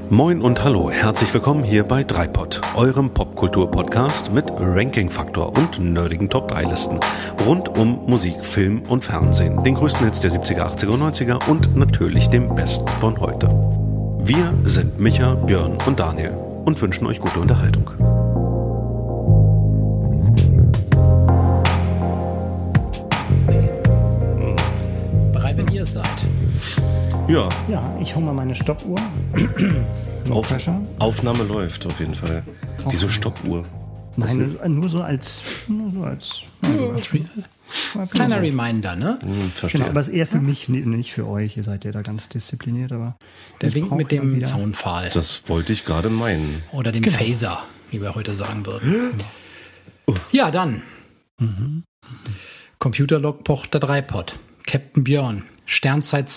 Moin und hallo, herzlich willkommen hier bei Dreipod, eurem Popkultur-Podcast mit Ranking-Faktor und nerdigen Top-3-Listen rund um Musik, Film und Fernsehen, den größten Hits der 70er, 80er und 90er und natürlich dem Besten von heute. Wir sind Micha, Björn und Daniel und wünschen euch gute Unterhaltung. Bereit, wenn ihr es seid. Ja, ich hole mal meine Stoppuhr. Aufnahme läuft auf jeden Fall. Wieso Stoppuhr? Nein, nur so als Kleiner Reminder, ne? Verstehe. genau, aber es ist eher für mich, nicht für euch. Ihr seid ja da ganz diszipliniert, aber Der ich winkt brauch mit immer dem wieder- Zaunpfahl. Das wollte ich gerade meinen. Oder dem Phaser, wie wir heute sagen würden. Ja, dann. Computerlogbuch der Dreipod. Captain Björn. Sternzeit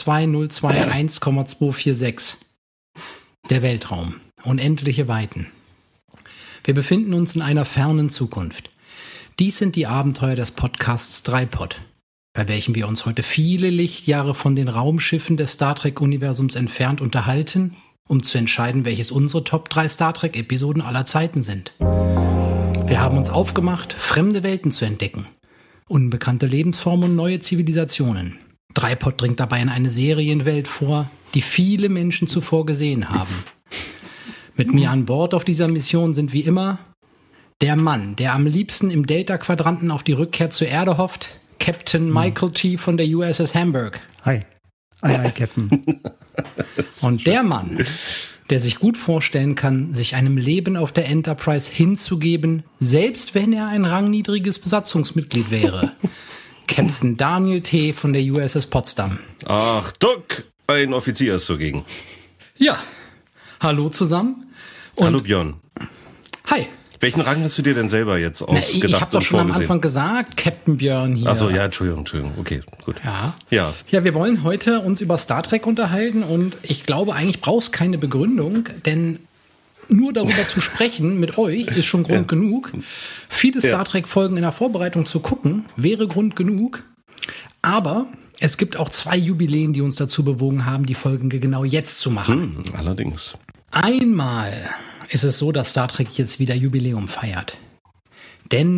2021,246. Der Weltraum. Unendliche Weiten. Wir befinden uns in einer fernen Zukunft. Dies sind die Abenteuer des Podcasts Dreipod, bei welchem wir uns heute viele Lichtjahre von den Raumschiffen des Star Trek-Universums entfernt unterhalten, um zu entscheiden, welches unsere Top 3 Star Trek-Episoden aller Zeiten sind. Wir haben uns aufgemacht, fremde Welten zu entdecken, unbekannte Lebensformen und neue Zivilisationen. Dreipod dringt dabei in eine Serienwelt vor, die viele Menschen zuvor gesehen haben. Mit mir an Bord auf dieser Mission sind wie immer der Mann, der am liebsten im Delta-Quadranten auf die Rückkehr zur Erde hofft, Captain Michael T. von der USS Hamburg. Hi, Captain. Und der Mann, der sich gut vorstellen kann, sich einem Leben auf der Enterprise hinzugeben, selbst wenn er ein rangniedriges Besatzungsmitglied wäre. Captain Daniel T. von der USS Potsdam. Achtung, ein Offizier ist zugegen. Ja, hallo zusammen. Und Hallo Björn. Hi. Welchen Rang hast du dir denn selber jetzt Ich ausgedacht habe doch und schon am vorgesehen? Anfang gesagt, Captain Björn hier. Achso, ja, Entschuldigung. Okay, gut. Ja. Ja, Ja, wir wollen heute uns über Star Trek unterhalten und ich glaube, eigentlich brauchst du keine Begründung, denn nur darüber zu sprechen mit euch ist schon Grund genug. Viele Star Trek-Folgen in der Vorbereitung zu gucken, wäre Grund genug. Aber es gibt auch 2 Jubiläen, die uns dazu bewogen haben, die Folgen genau jetzt zu machen. allerdings. Einmal ist es so, dass Star Trek jetzt wieder Jubiläum feiert. Denn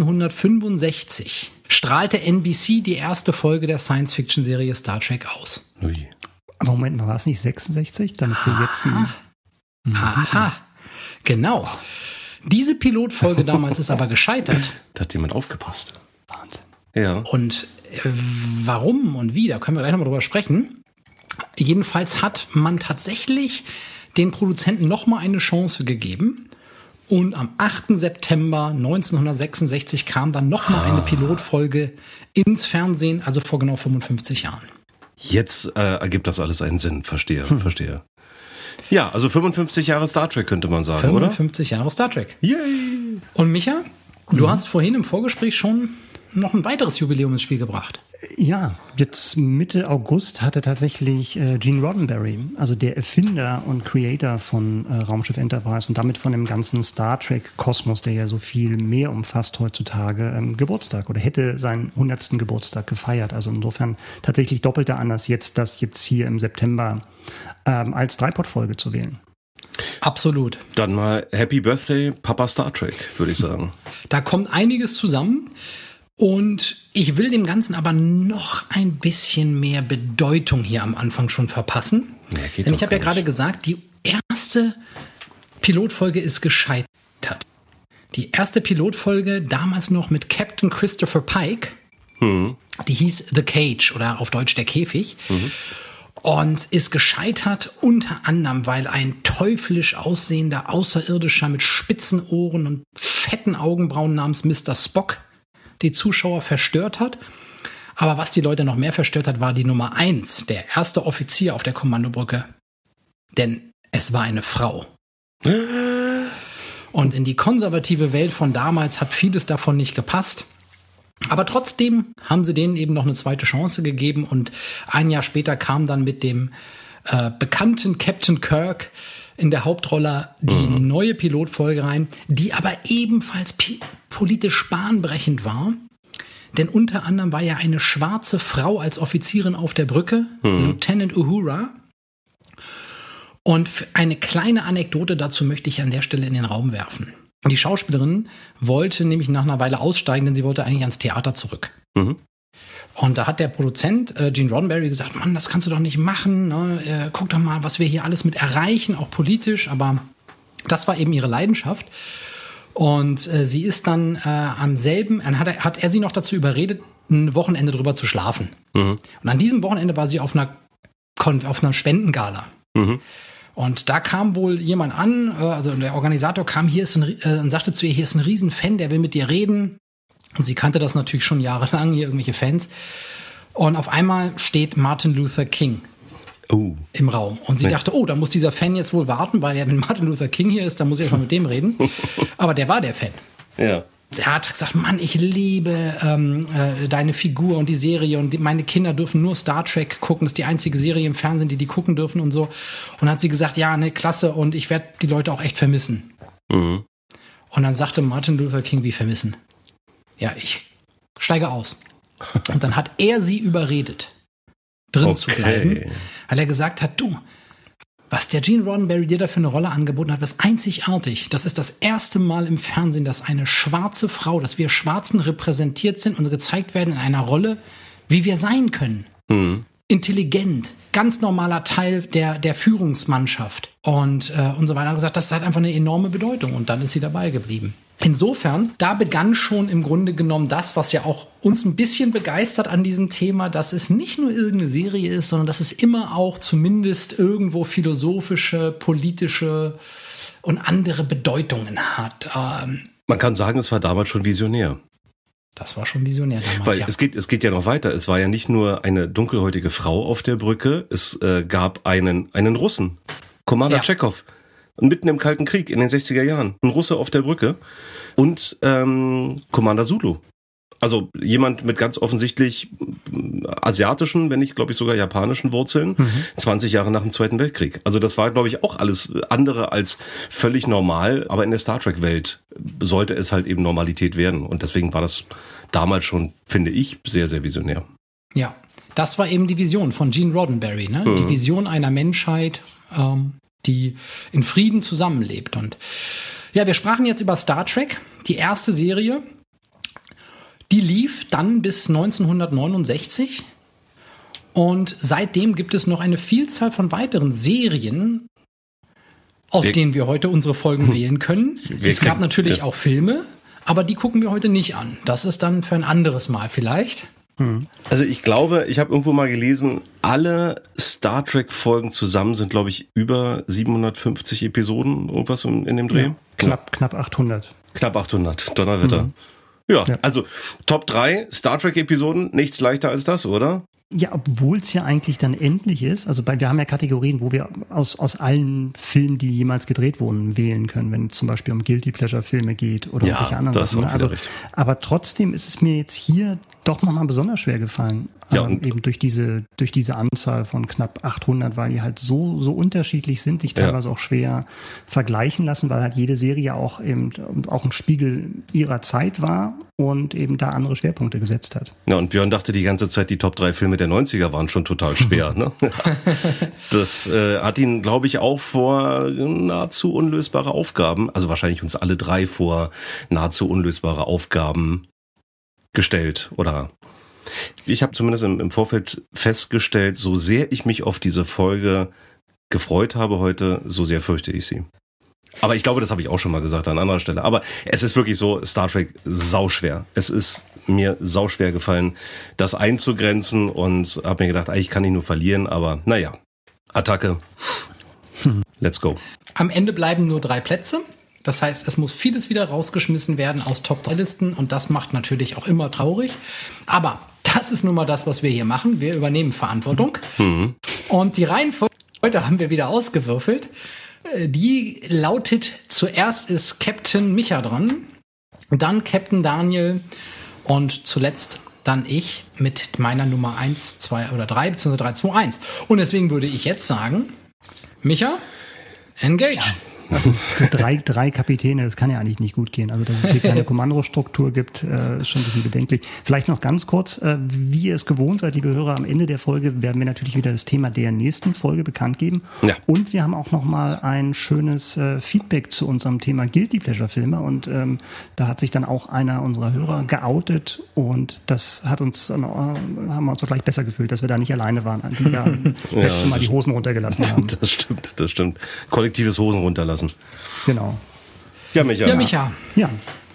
1965 strahlte NBC die erste Folge der Science-Fiction-Serie Star Trek aus. Ui. Aber Moment mal, war es nicht 66? Damit wir jetzt Aha, genau. Diese Pilotfolge damals ist aber gescheitert. Da hat jemand aufgepasst. Wahnsinn. Ja. Und warum und wie, da können wir gleich nochmal drüber sprechen. Jedenfalls hat man tatsächlich den Produzenten nochmal eine Chance gegeben. Und am 8. September 1966 kam dann nochmal eine Pilotfolge ins Fernsehen, also vor genau 55 Jahren. Jetzt ergibt das alles einen Sinn. Verstehe. Ja, also 55 Jahre Star Trek könnte man sagen, 55 Jahre Star Trek. oder? Yay! Und Micha, du hast vorhin im Vorgespräch schon noch ein weiteres Jubiläum ins Spiel gebracht. Ja, jetzt Mitte August hatte tatsächlich Gene Roddenberry, also der Erfinder und Creator von Raumschiff Enterprise und damit von dem ganzen Star Trek-Kosmos, der ja so viel mehr umfasst heutzutage, Geburtstag oder hätte seinen 100. Geburtstag gefeiert. Also insofern tatsächlich doppelter Anlass, das jetzt hier im September als Dreipod-Folge zu wählen. Absolut. Dann mal Happy Birthday, Papa Star Trek, würde ich sagen. Da kommt einiges zusammen. Und ich will dem Ganzen aber noch ein bisschen mehr Bedeutung hier am Anfang schon verpassen. Ja, geht Denn doch ich habe ja gar gerade nicht. gesagt, die erste Pilotfolge ist gescheitert. Die erste Pilotfolge, damals noch mit Captain Christopher Pike, die hieß The Cage oder auf Deutsch der Käfig. Und ist gescheitert unter anderem, weil ein teuflisch aussehender Außerirdischer mit spitzen Ohren und fetten Augenbrauen namens Mr. Spock die Zuschauer verstört hat. Aber was die Leute noch mehr verstört hat, war die Nummer 1, der erste Offizier auf der Kommandobrücke. Denn es war eine Frau. Und in die konservative Welt von damals hat vieles davon nicht gepasst. Aber trotzdem haben sie denen eben noch eine zweite Chance gegeben. Und ein Jahr später kam dann mit dem bekannten Captain Kirk in der Hauptrolle die neue Pilotfolge rein, die aber ebenfalls politisch bahnbrechend war. Denn unter anderem war ja eine schwarze Frau als Offizierin auf der Brücke, Lieutenant Uhura. Und eine kleine Anekdote dazu möchte ich an der Stelle in den Raum werfen. Die Schauspielerin wollte nämlich nach einer Weile aussteigen, denn sie wollte eigentlich ans Theater zurück. Mhm. Und da hat der Produzent Gene Roddenberry gesagt, Mann, das kannst du doch nicht machen. Ne? Guck doch mal, was wir hier alles mit erreichen, auch politisch. Aber das war eben ihre Leidenschaft. Und sie ist dann hat er sie noch dazu überredet, ein Wochenende drüber zu schlafen. Mhm. Und an diesem Wochenende war sie auf einer Spendengala. Mhm. Und da kam wohl jemand an, also der Organisator kam und sagte zu ihr, hier ist ein Riesenfan, der will mit dir reden. Und sie kannte das natürlich schon jahrelang, hier irgendwelche Fans. Und auf einmal steht Martin Luther King im Raum. Und sie dachte, da muss dieser Fan jetzt wohl warten, weil wenn Martin Luther King hier ist, dann muss ich schon mit dem reden. Aber der war der Fan. Ja. Er hat gesagt, Mann, ich liebe deine Figur und die Serie und meine Kinder dürfen nur Star Trek gucken. Das ist die einzige Serie im Fernsehen, die gucken dürfen und so. Und dann hat sie gesagt, ja, ne, klasse und ich werde die Leute auch echt vermissen. Mhm. Und dann sagte Martin Luther King, wie vermissen? Ja, ich steige aus. Und dann hat er sie überredet, drin zu bleiben, weil er gesagt hat, du, was der Gene Roddenberry dir da für eine Rolle angeboten hat, ist einzigartig. Das ist das erste Mal im Fernsehen, dass eine schwarze Frau, dass wir Schwarzen repräsentiert sind und gezeigt werden in einer Rolle, wie wir sein können. Mhm. Intelligent, ganz normaler Teil der Führungsmannschaft und so weiter. Er hat gesagt, das hat einfach eine enorme Bedeutung und dann ist sie dabei geblieben. Insofern, da begann schon im Grunde genommen das, was ja auch uns ein bisschen begeistert an diesem Thema, dass es nicht nur irgendeine Serie ist, sondern dass es immer auch zumindest irgendwo philosophische, politische und andere Bedeutungen hat. Man kann sagen, es war damals schon visionär. Das war schon visionär damals, weil es geht ja noch weiter. Es war ja nicht nur eine dunkelhäutige Frau auf der Brücke, es gab einen Russen, Commander Tschechow. Und mitten im Kalten Krieg in den 60er Jahren. Ein Russe auf der Brücke. Und Commander Zulu. Also jemand mit ganz offensichtlich asiatischen, wenn nicht, glaube ich, sogar japanischen Wurzeln. 20 Jahre nach dem Zweiten Weltkrieg. Also das war, glaube ich, auch alles andere als völlig normal. Aber in der Star Trek-Welt sollte es halt eben Normalität werden. Und deswegen war das damals schon, finde ich, sehr, sehr visionär. Ja, das war eben die Vision von Gene Roddenberry. Ne? Die Vision einer Menschheit, die in Frieden zusammenlebt. Und ja, wir sprachen jetzt über Star Trek, die erste Serie. Die lief dann bis 1969. Und seitdem gibt es noch eine Vielzahl von weiteren Serien, aus denen wir heute unsere Folgen wählen können. Es gab natürlich auch Filme, aber die gucken wir heute nicht an. Das ist dann für ein anderes Mal vielleicht. Also ich glaube, ich habe irgendwo mal gelesen, alle Star Trek-Folgen zusammen sind, glaube ich, über 750 Episoden, irgendwas in dem Dreh. Ja, knapp 800. Knapp 800, Donnerwetter. Ja, also Top 3 Star Trek-Episoden, nichts leichter als das, oder? Ja, obwohl es ja eigentlich dann endlich ist. Also wir haben ja Kategorien, wo wir aus allen Filmen, die jemals gedreht wurden, wählen können, wenn es zum Beispiel um Guilty Pleasure Filme geht oder irgendwelche anderen Sachen. Also, aber trotzdem ist es mir jetzt hier doch nochmal besonders schwer gefallen. Ja, eben durch diese Anzahl von knapp 800, weil die halt so unterschiedlich sind, sich teilweise auch schwer vergleichen lassen, weil halt jede Serie auch eben auch ein Spiegel ihrer Zeit war und eben da andere Schwerpunkte gesetzt hat. Ja, und Björn dachte die ganze Zeit, die Top 3 Filme der 90er waren schon total schwer. Ne? Das hat ihn, glaube ich, auch vor nahezu unlösbare Aufgaben, also wahrscheinlich uns alle drei vor nahezu unlösbare Aufgaben gestellt. Oder ich habe zumindest im Vorfeld festgestellt, so sehr ich mich auf diese Folge gefreut habe heute, so sehr fürchte ich sie. Aber ich glaube, das habe ich auch schon mal gesagt an anderer Stelle. Aber es ist wirklich so, Star Trek sauschwer. Es ist mir sauschwer gefallen, das einzugrenzen und habe mir gedacht, eigentlich kann ich nur verlieren, aber naja, Attacke, let's go. Am Ende bleiben nur 3 Plätze. Das heißt, es muss vieles wieder rausgeschmissen werden aus Top-3-Listen und das macht natürlich auch immer traurig. Aber das ist nun mal das, was wir hier machen. Wir übernehmen Verantwortung. Und die Reihenfolge heute haben wir wieder ausgewürfelt. Die lautet, zuerst ist Captain Micha dran, dann Captain Daniel und zuletzt dann ich mit meiner Nummer 1, 2 oder 3, beziehungsweise 3, 2, 1. Und deswegen würde ich jetzt sagen, Micha, engage. Ja. Also drei Kapitäne, das kann ja eigentlich nicht gut gehen. Also dass es hier keine Kommandostruktur gibt, ist schon ein bisschen bedenklich. Vielleicht noch ganz kurz, wie ihr es gewohnt seid, liebe Hörer, am Ende der Folge werden wir natürlich wieder das Thema der nächsten Folge bekannt geben. Ja. Und wir haben auch noch mal ein schönes Feedback zu unserem Thema Guilty Pleasure Filme. Und da hat sich dann auch einer unserer Hörer geoutet und das hat uns, haben wir uns auch gleich besser gefühlt, dass wir da nicht alleine waren, die da letztes Mal die Hosen runtergelassen haben. Das stimmt. Kollektives Hosen runterlassen. Genau. Ja, Micha. Ja,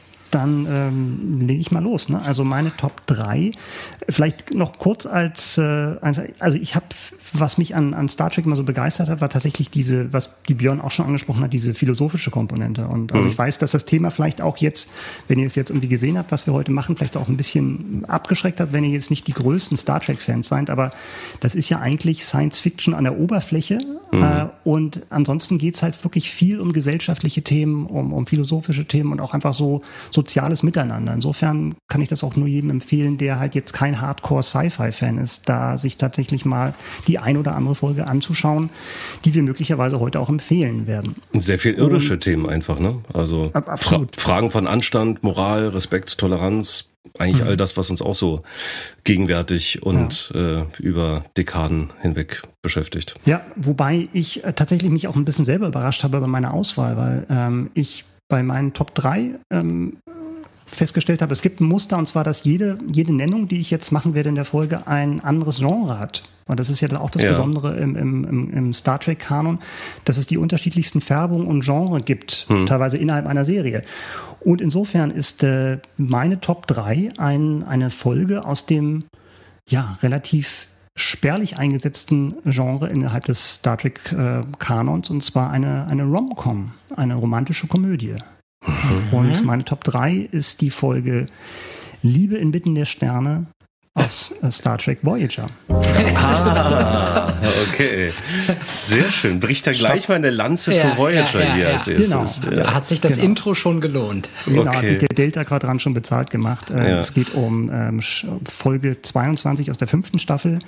dann lege ich mal los. Ne? Also meine Top 3. Vielleicht noch kurz also ich habe, was mich an Star Trek immer so begeistert hat, war tatsächlich diese, was die Björn auch schon angesprochen hat, diese philosophische Komponente. Und also ich weiß, dass das Thema vielleicht auch jetzt, wenn ihr es jetzt irgendwie gesehen habt, was wir heute machen, vielleicht auch ein bisschen abgeschreckt hat, wenn ihr jetzt nicht die größten Star Trek-Fans seid. Aber das ist ja eigentlich Science Fiction an der Oberfläche. Und ansonsten geht's halt wirklich viel um gesellschaftliche Themen, um philosophische Themen und auch einfach so soziales Miteinander. Insofern kann ich das auch nur jedem empfehlen, der halt jetzt kein Hardcore-Sci-Fi-Fan ist, da sich tatsächlich mal die ein oder andere Folge anzuschauen, die wir möglicherweise heute auch empfehlen werden. Sehr viel irdische Themen einfach, ne? Also Fragen von Anstand, Moral, Respekt, Toleranz, eigentlich all das, was uns auch so gegenwärtig und über Dekaden hinweg beschäftigt. Ja, wobei ich tatsächlich mich auch ein bisschen selber überrascht habe bei meiner Auswahl, weil ich bei meinen Top 3 festgestellt habe, es gibt ein Muster, und zwar, dass jede Nennung, die ich jetzt machen werde in der Folge, ein anderes Genre hat. Und das ist ja auch das Besondere im Star Trek-Kanon, dass es die unterschiedlichsten Färbungen und Genre gibt, teilweise innerhalb einer Serie. Und insofern ist meine Top 3 eine Folge aus dem relativ spärlich eingesetzten Genre innerhalb des Star Trek-Kanons, und zwar eine Rom-Com, eine romantische Komödie. Und meine Top 3 ist die Folge Liebe inmitten der Sterne aus Star Trek Voyager. Okay. Sehr schön. Bricht da gleich mal eine Lanze für Voyager hier als erstes. Genau. Da hat sich das Intro schon gelohnt. Genau, hat sich der Delta-Quadrant schon bezahlt gemacht. Es geht um Folge 22 aus der 5. Staffel.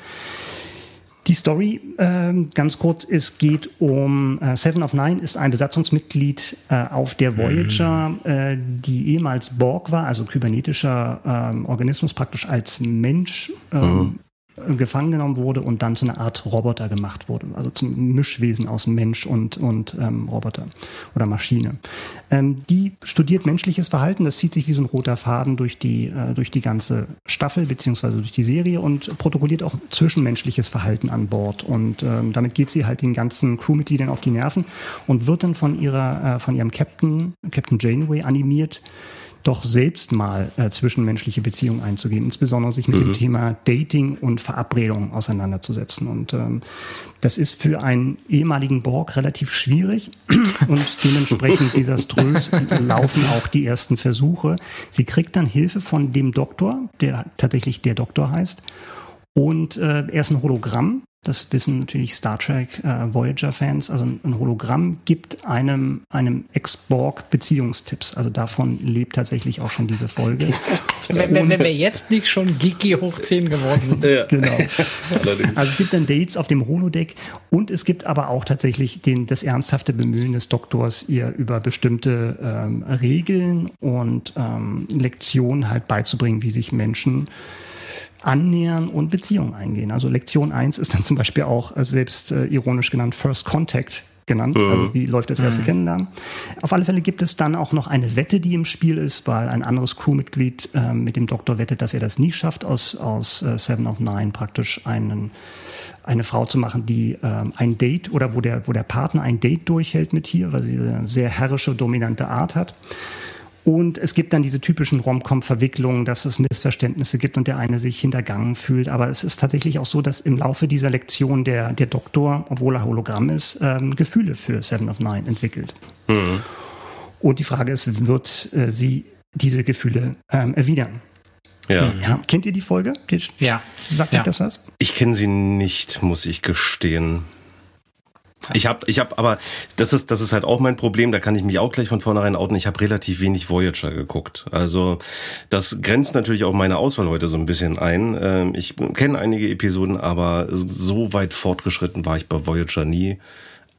Die Story, ganz kurz, es geht um Seven of Nine, ist ein Besatzungsmitglied auf der Voyager, die ehemals Borg war, also kybernetischer Organismus, praktisch als Mensch gefangen genommen wurde und dann zu einer Art Roboter gemacht wurde, also zum Mischwesen aus Mensch und Roboter oder Maschine. Die studiert menschliches Verhalten, das zieht sich wie so ein roter Faden durch die ganze Staffel beziehungsweise durch die Serie und protokolliert auch zwischenmenschliches Verhalten an Bord, und damit geht sie halt den ganzen Crewmitgliedern auf die Nerven und wird dann von ihrem Captain Janeway animiert, doch selbst mal zwischenmenschliche Beziehungen einzugehen, insbesondere sich mit dem Thema Dating und Verabredung auseinanderzusetzen. Und das ist für einen ehemaligen Borg relativ schwierig und dementsprechend desaströs laufen auch die ersten Versuche. Sie kriegt dann Hilfe von dem Doktor, der tatsächlich der Doktor heißt, und er ist ein Hologramm. Das wissen natürlich Star Trek Voyager-Fans. Also ein Hologramm gibt einem Ex-Borg Beziehungstipps. Also davon lebt tatsächlich auch schon diese Folge. Wenn wir jetzt nicht schon geeky hoch 10 geworden sind. Ja. Genau. Also es gibt dann Dates auf dem Holodeck, und es gibt aber auch tatsächlich das ernsthafte Bemühen des Doktors, ihr über bestimmte Regeln und Lektionen halt beizubringen, wie sich Menschen annähern und Beziehungen eingehen. Also Lektion 1 ist dann zum Beispiel auch selbst ironisch genannt First Contact genannt. Also wie läuft das erste Kennenlernen? Auf alle Fälle gibt es dann auch noch eine Wette, die im Spiel ist, weil ein anderes Crewmitglied mit dem Doktor wettet, dass er das nie schafft, aus Seven of Nine praktisch eine Frau zu machen, die ein Date oder wo der Partner ein Date durchhält mit ihr, weil sie eine sehr herrische, dominante Art hat. Und es gibt dann diese typischen Rom-Com-Verwicklungen, dass es Missverständnisse gibt und der eine sich hintergangen fühlt. Aber es ist tatsächlich auch so, dass im Laufe dieser Lektion der Doktor, obwohl er Hologramm ist, Gefühle für Seven of Nine entwickelt. Und die Frage ist, wird sie diese Gefühle erwidern? Ja. Kennt ihr die Folge? Sagt euch das was? Ich kenne sie nicht, muss ich gestehen. Ich hab, aber das ist halt auch mein Problem, da kann ich mich auch gleich von vornherein outen, ich habe relativ wenig Voyager geguckt. Also das grenzt natürlich auch meine Auswahl heute so ein bisschen ein. Ich kenne einige Episoden, aber so weit fortgeschritten war ich bei Voyager nie.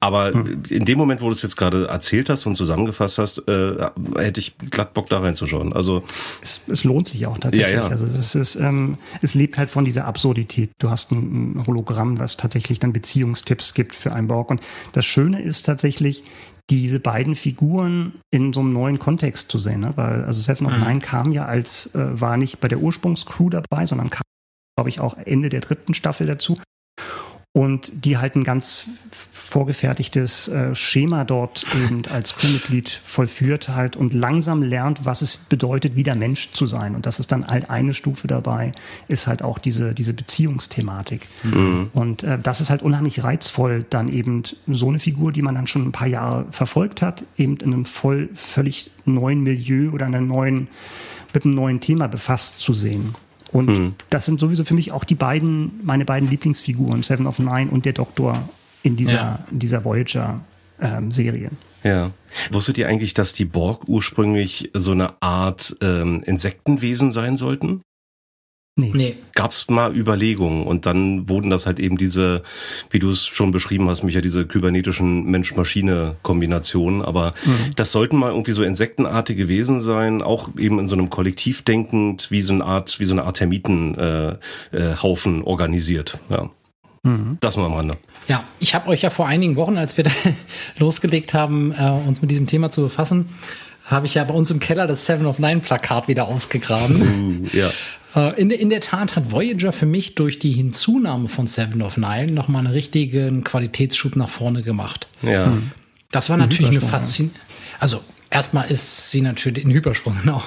Aber in dem Moment, wo du es jetzt gerade erzählt hast und zusammengefasst hast, hätte ich glatt Bock da reinzuschauen. Also es lohnt sich auch tatsächlich. Ja. Also es lebt halt von dieser Absurdität. Du hast ein Hologramm, was tatsächlich dann Beziehungstipps gibt für einen Borg. Und das Schöne ist tatsächlich, diese beiden Figuren in so einem neuen Kontext zu sehen, ne? Weil also Seven of Nine kam ja war nicht bei der Ursprungscrew dabei, sondern kam, glaube ich, auch Ende der 3. Staffel dazu. Und die halt ein ganz vorgefertigtes Schema dort eben als Crewmitglied vollführt halt und langsam lernt, was es bedeutet, wieder Mensch zu sein. Und das ist dann halt eine Stufe dabei, ist halt auch diese Beziehungsthematik. Mhm. Und das ist halt unheimlich reizvoll, dann eben so eine Figur, die man dann schon ein paar Jahre verfolgt hat, eben in einem völlig neuen Milieu oder mit einem neuen Thema befasst zu sehen. Und das sind sowieso für mich auch meine beiden Lieblingsfiguren, Seven of Nine und der Doktor in dieser Voyager-Serie. Ja. Wusstet ihr eigentlich, dass die Borg ursprünglich so eine Art Insektenwesen sein sollten? Nee. Gab's mal Überlegungen und dann wurden das halt eben diese, wie du es schon beschrieben hast, Micha, diese kybernetischen Mensch-Maschine-Kombinationen, aber das sollten mal irgendwie so insektenartige Wesen sein, auch eben in so einem Kollektiv denkend, wie so eine Art Termitenhaufen organisiert. Ja. Das nur am Rande. Ja, ich habe euch ja vor einigen Wochen, als wir da losgelegt haben, uns mit diesem Thema zu befassen, habe ich ja bei uns im Keller das Seven of Nine Plakat wieder ausgegraben. Ja. In der Tat hat Voyager für mich durch die Hinzunahme von Seven of Nine nochmal einen richtigen Qualitätsschub nach vorne gemacht. Ja. Das war natürlich eine Faszination. Also erstmal ist sie natürlich ein Hypersprung, genau.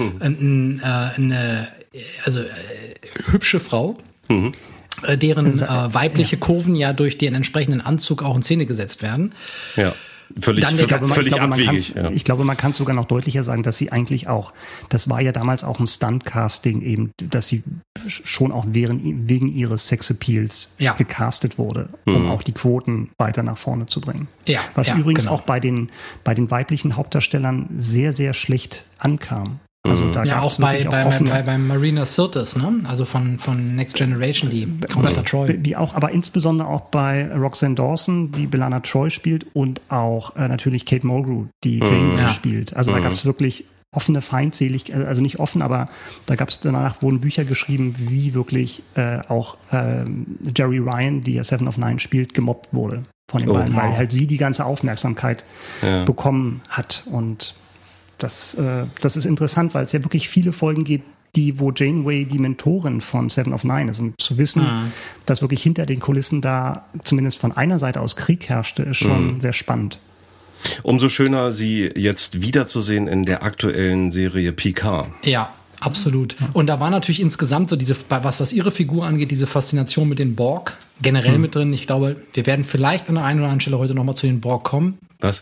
eine hübsche Frau, deren weibliche Kurven ja durch den entsprechenden Anzug auch in Szene gesetzt werden. Ja. Völlig abwegig. Ich glaube, man kann es sogar noch deutlicher sagen, dass sie eigentlich auch, das war ja damals auch ein Stunt-Casting eben, dass sie schon auch wegen ihres Sexappeals gecastet wurde, um auch die Quoten weiter nach vorne zu bringen. Ja, was übrigens auch bei den weiblichen Hauptdarstellern sehr, sehr schlecht ankam. Also da auch beim Marina Sirtis, ne? Also von Next Generation, die Commander Troy. Die auch, aber insbesondere auch bei Roxanne Dawson, die B'Elanna Troi spielt und auch natürlich Kate Mulgrew, die Jane spielt. Also da gab es wirklich offene Feindseligkeit, also nicht offen, aber danach wurden Bücher geschrieben, wie wirklich auch Jeri Ryan, die ja Seven of Nine spielt, gemobbt wurde von den beiden, weil halt sie die ganze Aufmerksamkeit bekommen hat. Und das ist interessant, weil es ja wirklich viele Folgen gibt, wo Janeway die Mentorin von Seven of Nine ist. Und zu wissen, dass wirklich hinter den Kulissen da zumindest von einer Seite aus Krieg herrschte, ist schon sehr spannend. Umso schöner, sie jetzt wiederzusehen in der aktuellen Serie Picard. Ja, absolut. Und da war natürlich insgesamt so was ihre Figur angeht, diese Faszination mit den Borg generell mit drin. Ich glaube, wir werden vielleicht an der einen oder anderen Stelle heute nochmal zu den Borg kommen. Was?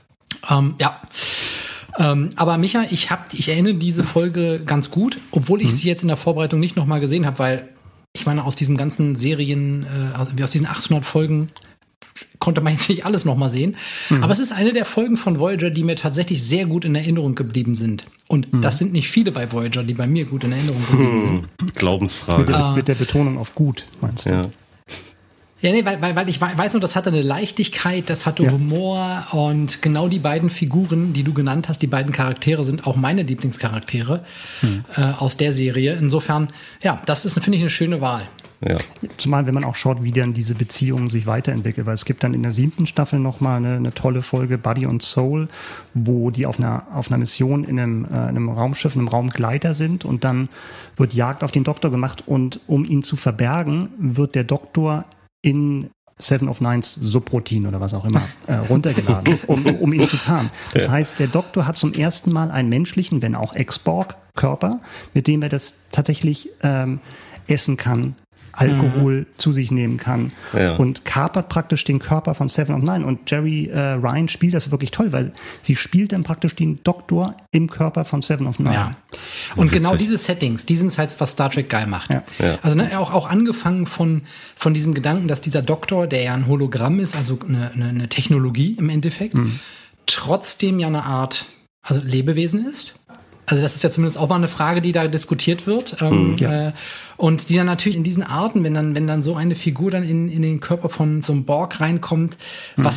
Aber Micha, ich erinnere diese Folge ganz gut, obwohl ich sie jetzt in der Vorbereitung nicht nochmal gesehen habe, weil ich meine, aus diesen ganzen Serien, aus diesen 800 Folgen konnte man jetzt nicht alles nochmal sehen. Aber es ist eine der Folgen von Voyager, die mir tatsächlich sehr gut in Erinnerung geblieben sind. Und das sind nicht viele bei Voyager, die bei mir gut in Erinnerung geblieben sind. Glaubensfrage. Mit der Betonung auf gut, meinst du? Ja. Ja, nee, weil ich weiß noch, das hatte eine Leichtigkeit, das hatte Humor und genau die beiden Figuren, die du genannt hast, die beiden Charaktere sind auch meine Lieblingscharaktere aus der Serie. Insofern, das ist, finde ich, eine schöne Wahl. Ja. Zumal, wenn man auch schaut, wie dann diese Beziehung sich weiterentwickelt, weil es gibt dann in der 7. Staffel nochmal eine tolle Folge, Body and Soul, wo die auf einer Mission in einem Raumschiff, einem Raumgleiter sind und dann wird Jagd auf den Doktor gemacht und um ihn zu verbergen, wird der Doktor in Seven of Nines Subroutine oder was auch immer runtergeladen, um ihn zu tarnen. Das heißt, der Doktor hat zum ersten Mal einen menschlichen, wenn auch Ex-Borg-Körper, mit dem er das tatsächlich essen kann, Alkohol zu sich nehmen kann und kapert praktisch den Körper von Seven of Nine. Und Jeri Ryan spielt das wirklich toll, weil sie spielt dann praktisch den Doktor im Körper von Seven of Nine. Ja. Und genau diese Settings, die sind halt, was Star Trek geil macht. Ja. Also auch angefangen von diesem Gedanken, dass dieser Doktor, der ja ein Hologramm ist, also eine Technologie im Endeffekt, trotzdem ja eine Art Lebewesen ist. Also das ist ja zumindest auch mal eine Frage, die da diskutiert wird. Und die dann natürlich in diesen Arten, wenn dann so eine Figur dann in den Körper von so einem Borg reinkommt, was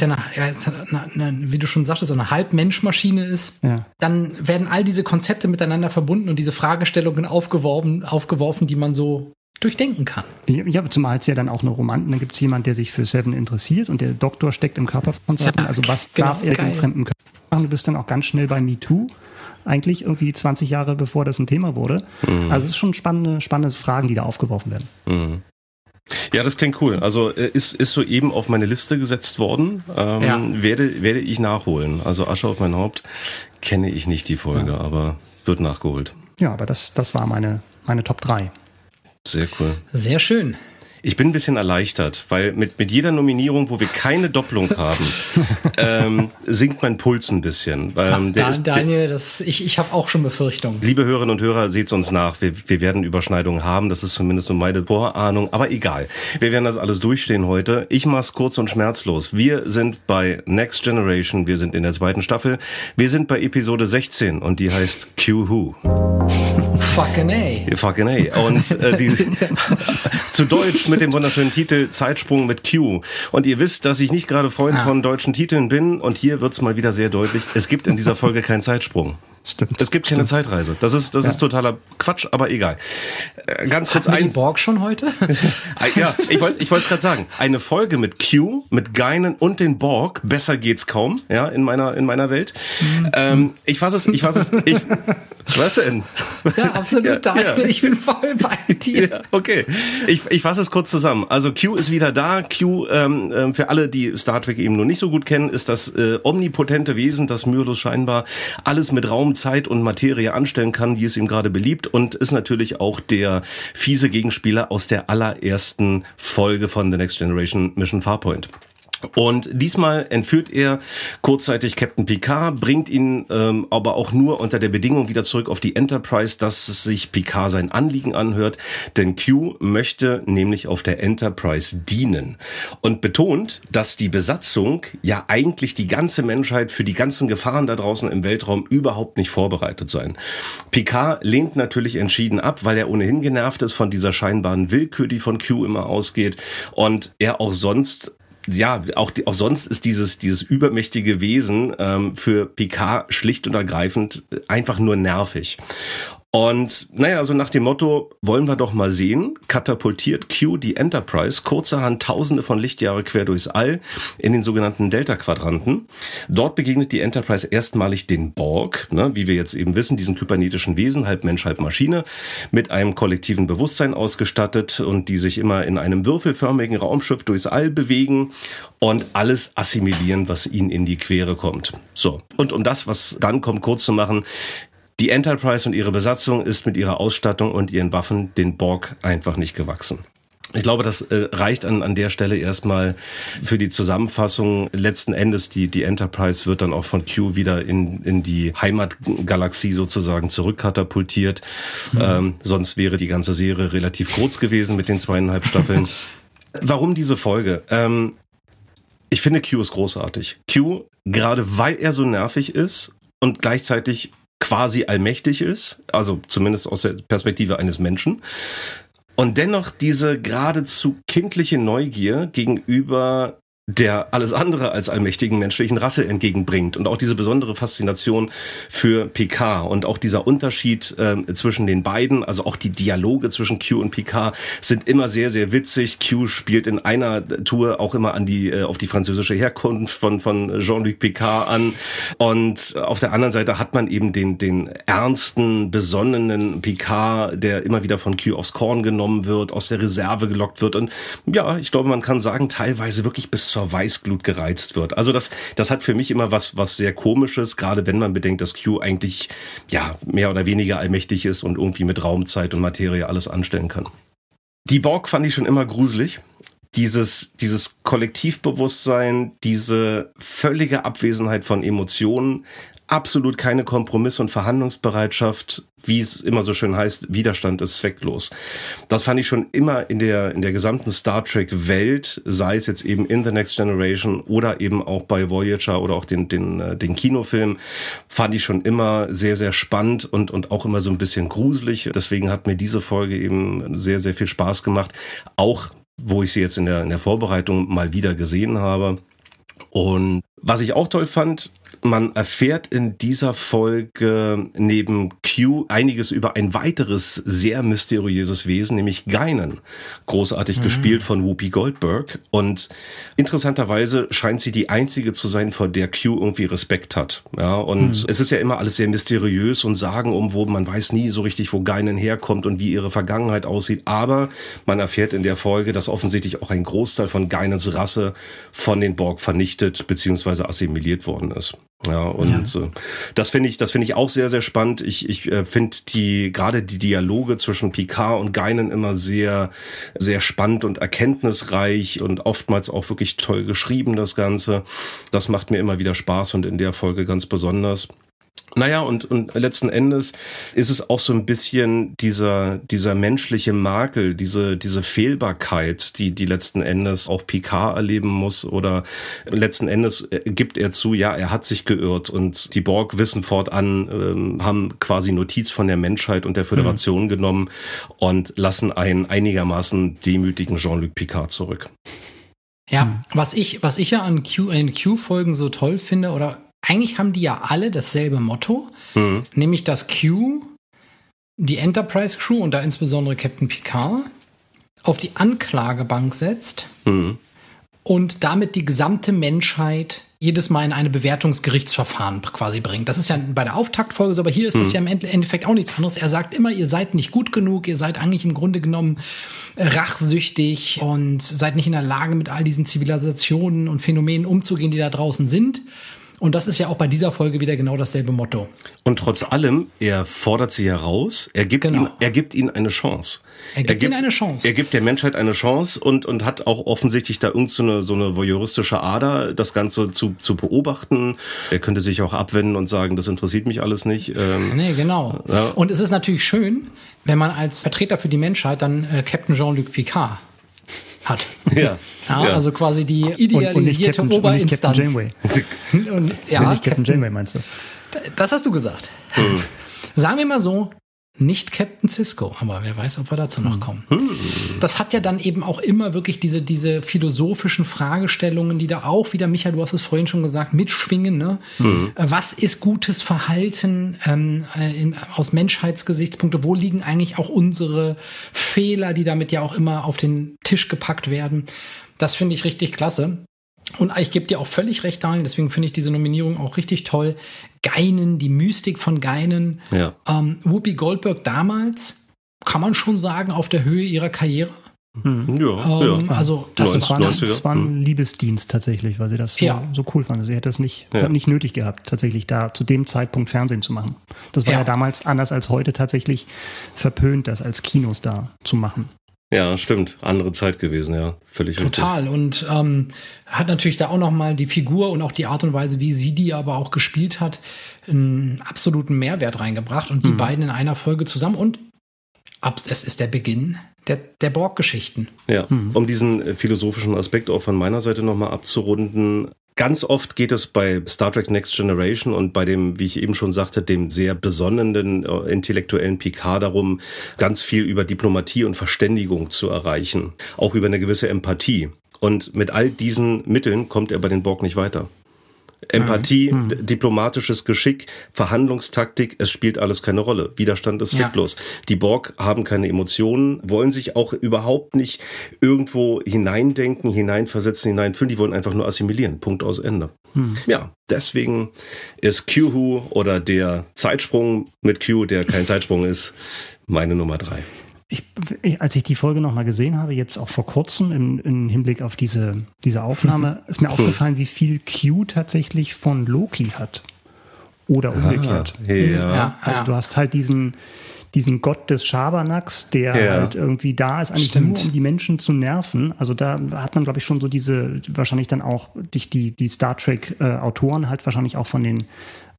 wie du schon sagtest, eine Halbmenschmaschine ist, dann werden all diese Konzepte miteinander verbunden und diese Fragestellungen aufgeworfen, die man so durchdenken kann. Ja, zumal es ja dann auch eine Romantik, dann gibt es jemanden, der sich für Seven interessiert und der Doktor steckt im Körper von Seven. Also was darf er im fremden Körper machen? Du bist dann auch ganz schnell bei MeToo. Eigentlich irgendwie 20 Jahre bevor das ein Thema wurde. Also es ist schon spannende Fragen, die da aufgeworfen werden. Ja, das klingt cool. Also ist soeben auf meine Liste gesetzt worden. Werde ich nachholen. Also Asche auf mein Haupt kenne ich nicht die Folge, aber wird nachgeholt. Ja, aber das war meine Top 3. Sehr cool. Sehr schön. Ich bin ein bisschen erleichtert, weil mit jeder Nominierung, wo wir keine Doppelung haben, sinkt mein Puls ein bisschen. Daniel, ich habe auch schon Befürchtungen. Liebe Hörerinnen und Hörer, seht's uns nach. Wir werden Überschneidungen haben. Das ist zumindest so meine Vorahnung. Aber egal. Wir werden das alles durchstehen heute. Ich mach's kurz und schmerzlos. Wir sind bei Next Generation. Wir sind in der 2. Staffel. Wir sind bei Episode 16 und die heißt Q-Who. Fucking A. Fucking A. Und die zu Deutsch mit dem wunderschönen Titel Zeitsprung mit Q. Und ihr wisst, dass ich nicht gerade Freund von deutschen Titeln bin. Und hier wird's mal wieder sehr deutlich. Es gibt in dieser Folge keinen Zeitsprung. Stimmt. Es gibt keine Zeitreise. Das ist totaler Quatsch, aber egal. Ganz kurz die Borg schon heute? Ja, ich wollte es gerade sagen. Eine Folge mit Q, mit Guinan und den Borg. Besser geht's kaum, ja, in meiner Welt. Ich fasse es. Was denn? Ja, absolut. Ja. Ich bin voll bei dir. Ja, okay. Ich fasse es kurz zusammen. Also Q ist wieder da. Q, für alle, die Star Trek eben noch nicht so gut kennen, ist das omnipotente Wesen, das mühelos scheinbar alles mit Raum, Zeit und Materie anstellen kann, wie es ihm gerade beliebt, und ist natürlich auch der fiese Gegenspieler aus der allerersten Folge von The Next Generation Mission Farpoint. Und diesmal entführt er kurzzeitig Captain Picard, bringt ihn aber auch nur unter der Bedingung wieder zurück auf die Enterprise, dass sich Picard sein Anliegen anhört, denn Q möchte nämlich auf der Enterprise dienen und betont, dass die Besatzung ja eigentlich die ganze Menschheit für die ganzen Gefahren da draußen im Weltraum überhaupt nicht vorbereitet seien. Picard lehnt natürlich entschieden ab, weil er ohnehin genervt ist von dieser scheinbaren Willkür, die von Q immer ausgeht, und er auch sonst auch sonst ist dieses übermächtige Wesen für Picard schlicht und ergreifend einfach nur nervig. Und so nach dem Motto, wollen wir doch mal sehen, katapultiert Q die Enterprise kurzerhand Tausende von Lichtjahre quer durchs All in den sogenannten Delta-Quadranten. Dort begegnet die Enterprise erstmalig den Borg, wie wir jetzt eben wissen, diesen kybernetischen Wesen, halb Mensch, halb Maschine, mit einem kollektiven Bewusstsein ausgestattet und die sich immer in einem würfelförmigen Raumschiff durchs All bewegen und alles assimilieren, was ihnen in die Quere kommt. So, und um das, was dann kommt, kurz zu machen: Die Enterprise und ihre Besatzung ist mit ihrer Ausstattung und ihren Waffen den Borg einfach nicht gewachsen. Ich glaube, das reicht an der Stelle erstmal für die Zusammenfassung. Letzten Endes, die Enterprise wird dann auch von Q wieder in die Heimatgalaxie sozusagen zurückkatapultiert. Sonst wäre die ganze Serie relativ kurz gewesen mit den 2,5 Staffeln. Warum diese Folge? Ich finde, Q ist großartig. Q, gerade weil er so nervig ist und gleichzeitig quasi allmächtig ist, also zumindest aus der Perspektive eines Menschen, und dennoch diese geradezu kindliche Neugier gegenüber der alles andere als allmächtigen menschlichen Rasse entgegenbringt, und auch diese besondere Faszination für Picard und auch dieser Unterschied zwischen den beiden, also auch die Dialoge zwischen Q und Picard sind immer sehr, sehr witzig. Q spielt in einer Tour auch immer auf die französische Herkunft von Jean-Luc Picard an, und auf der anderen Seite hat man eben den ernsten, besonnenen Picard, der immer wieder von Q aufs Korn genommen wird, aus der Reserve gelockt wird und ja, ich glaube, man kann sagen, teilweise wirklich bis zur Weißglut gereizt wird. Also das hat für mich immer was sehr Komisches, gerade wenn man bedenkt, dass Q eigentlich mehr oder weniger allmächtig ist und irgendwie mit Raum, Zeit und Materie alles anstellen kann. Die Borg fand ich schon immer gruselig. Dieses Kollektivbewusstsein, diese völlige Abwesenheit von Emotionen, absolut keine Kompromisse und Verhandlungsbereitschaft, wie es immer so schön heißt, Widerstand ist zwecklos. Das fand ich schon immer in der gesamten Star Trek Welt, sei es jetzt eben in The Next Generation oder eben auch bei Voyager oder auch den Kinofilm, fand ich schon immer sehr, sehr spannend und auch immer so ein bisschen gruselig. Deswegen hat mir diese Folge eben sehr, sehr viel Spaß gemacht. Auch, wo ich sie jetzt in der Vorbereitung mal wieder gesehen habe. Und was ich auch toll fand, man erfährt in dieser Folge neben Q einiges über ein weiteres sehr mysteriöses Wesen, nämlich Guinan. Großartig gespielt von Whoopi Goldberg. Und interessanterweise scheint sie die einzige zu sein, vor der Q irgendwie Respekt hat. Ja, und es ist ja immer alles sehr mysteriös und sagenumwoben. Man weiß nie so richtig, wo Guinan herkommt und wie ihre Vergangenheit aussieht. Aber man erfährt in der Folge, dass offensichtlich auch ein Großteil von Guinans Rasse von den Borg vernichtet bzw. assimiliert worden ist. Ja, und das finde ich auch sehr, sehr spannend. Ich finde gerade die Dialoge zwischen Picard und Guinan immer sehr, sehr spannend und erkenntnisreich und oftmals auch wirklich toll geschrieben, das Ganze. Das macht mir immer wieder Spaß und in der Folge ganz besonders. Naja, und letzten Endes ist es auch so ein bisschen dieser menschliche Makel, diese Fehlbarkeit, die letzten Endes auch Picard erleben muss, oder letzten Endes gibt er zu, ja, er hat sich geirrt, und die Borg wissen fortan, haben quasi Notiz von der Menschheit und der Föderation genommen und lassen einen einigermaßen demütigen Jean-Luc Picard zurück. Ja, was ich ja an den Q-Folgen so toll finde, oder eigentlich haben die ja alle dasselbe Motto, nämlich dass Q die Enterprise-Crew und da insbesondere Captain Picard auf die Anklagebank setzt und damit die gesamte Menschheit jedes Mal in eine Bewertungsgerichtsverfahren quasi bringt. Das ist ja bei der Auftaktfolge so, aber hier ist es ja im Endeffekt auch nichts anderes. Er sagt immer, ihr seid nicht gut genug, ihr seid eigentlich im Grunde genommen rachsüchtig und seid nicht in der Lage, mit all diesen Zivilisationen und Phänomenen umzugehen, die da draußen sind. Und das ist ja auch bei dieser Folge wieder genau dasselbe Motto. Und trotz allem, er fordert sie heraus, er gibt ihnen eine Chance. Er gibt ihnen eine Chance. Er gibt der Menschheit eine Chance und hat auch offensichtlich da so eine voyeuristische Ader, das Ganze zu beobachten. Er könnte sich auch abwenden und sagen, das interessiert mich alles nicht. Nee, genau. Ja. Und es ist natürlich schön, wenn man als Vertreter für die Menschheit dann Captain Jean-Luc Picard hat. Ja. Also quasi die idealisierte Oberinstanz. Und nicht Captain Janeway. Nicht Captain Janeway, meinst du? Das hast du gesagt. Sagen wir mal so, nicht Captain Sisko, aber wer weiß, ob wir dazu noch kommen. Das hat ja dann eben auch immer wirklich diese philosophischen Fragestellungen, die da auch wieder, Micha, du hast es vorhin schon gesagt, mitschwingen. Ne? Was ist gutes Verhalten aus Menschheitsgesichtspunkte? Wo liegen eigentlich auch unsere Fehler, die damit ja auch immer auf den Tisch gepackt werden? Das finde ich richtig klasse. Und ich gebe dir auch völlig recht, Daniel, deswegen finde ich diese Nominierung auch richtig toll. Guinan, die Mystik von Guinan. Ja. Whoopi Goldberg damals, kann man schon sagen, auf der Höhe ihrer Karriere. Also das war ein Liebesdienst tatsächlich, weil sie das so cool fand. Sie hätte es nicht nötig gehabt, tatsächlich da zu dem Zeitpunkt Fernsehen zu machen. Das war ja damals anders als heute tatsächlich verpönt, das als Kinostar zu machen. Ja, stimmt. Andere Zeit gewesen, ja. Völlig richtig. Total. Und hat natürlich da auch nochmal die Figur und auch die Art und Weise, wie sie die aber auch gespielt hat, einen absoluten Mehrwert reingebracht. Und die beiden in einer Folge zusammen. Und es ist der Beginn der Borg-Geschichten. Ja, um diesen philosophischen Aspekt auch von meiner Seite nochmal abzurunden. Ganz oft geht es bei Star Trek Next Generation und bei dem, wie ich eben schon sagte, dem sehr besonnenen, intellektuellen Picard darum, ganz viel über Diplomatie und Verständigung zu erreichen. Auch über eine gewisse Empathie. Und mit all diesen Mitteln kommt er bei den Borg nicht weiter. Empathie, diplomatisches Geschick, Verhandlungstaktik, es spielt alles keine Rolle. Widerstand ist zwecklos. Die Borg haben keine Emotionen, wollen sich auch überhaupt nicht irgendwo hineindenken, hineinversetzen, hineinfühlen. Die wollen einfach nur assimilieren. Punkt, aus, Ende. Ja, deswegen ist Q-Who oder der Zeitsprung mit Q, der kein Zeitsprung ist, meine Nummer 3. Als ich die Folge nochmal gesehen habe, jetzt auch vor kurzem im Hinblick auf diese Aufnahme, ist mir aufgefallen, wie viel Q tatsächlich von Loki hat. Oder umgekehrt. Also du hast halt diesen Gott des Schabernacks, der halt irgendwie da ist, eigentlich nur um die Menschen zu nerven. Also da hat man, glaube ich, schon so wahrscheinlich dann auch die Star Trek Autoren halt wahrscheinlich auch von den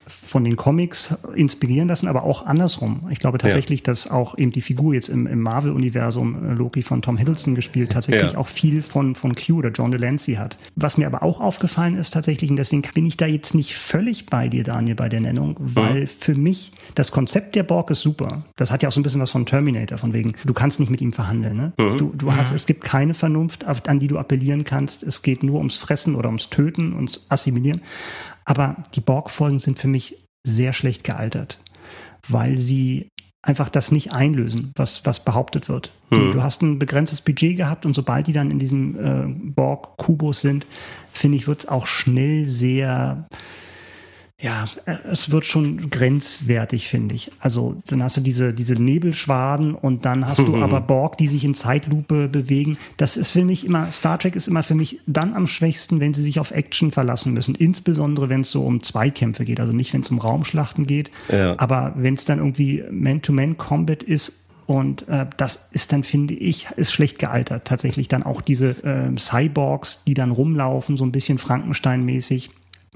von den Comics inspirieren lassen, aber auch andersrum. Ich glaube tatsächlich, dass auch eben die Figur jetzt im Marvel-Universum, Loki von Tom Hiddleston gespielt, tatsächlich auch viel von Q oder John Delancey hat. Was mir aber auch aufgefallen ist tatsächlich, und deswegen bin ich da jetzt nicht völlig bei dir, Daniel, bei der Nennung, weil für mich das Konzept der Borg ist super. Das hat ja auch so ein bisschen was von Terminator, von wegen, du kannst nicht mit ihm verhandeln. Ne? Es gibt keine Vernunft, an die du appellieren kannst. Es geht nur ums Fressen oder ums Töten, ums Assimilieren. Aber die Borg-Folgen sind für mich sehr schlecht gealtert, weil sie einfach das nicht einlösen, was behauptet wird. Du hast ein begrenztes Budget gehabt und sobald die dann in diesem Borg-Kubus sind, finde ich, wird es auch schnell sehr... Ja, es wird schon grenzwertig, finde ich. Also dann hast du diese Nebelschwaden und dann hast du aber Borg, die sich in Zeitlupe bewegen. Das ist für mich immer, Star Trek ist immer für mich dann am schwächsten, wenn sie sich auf Action verlassen müssen. Insbesondere, wenn es so um Zweikämpfe geht. Also nicht, wenn es um Raumschlachten geht, aber wenn es dann irgendwie Man-to-Man-Combat ist. Und das ist dann, finde ich, ist schlecht gealtert. Tatsächlich dann auch diese Cyborgs, die dann rumlaufen, so ein bisschen Frankenstein-mäßig.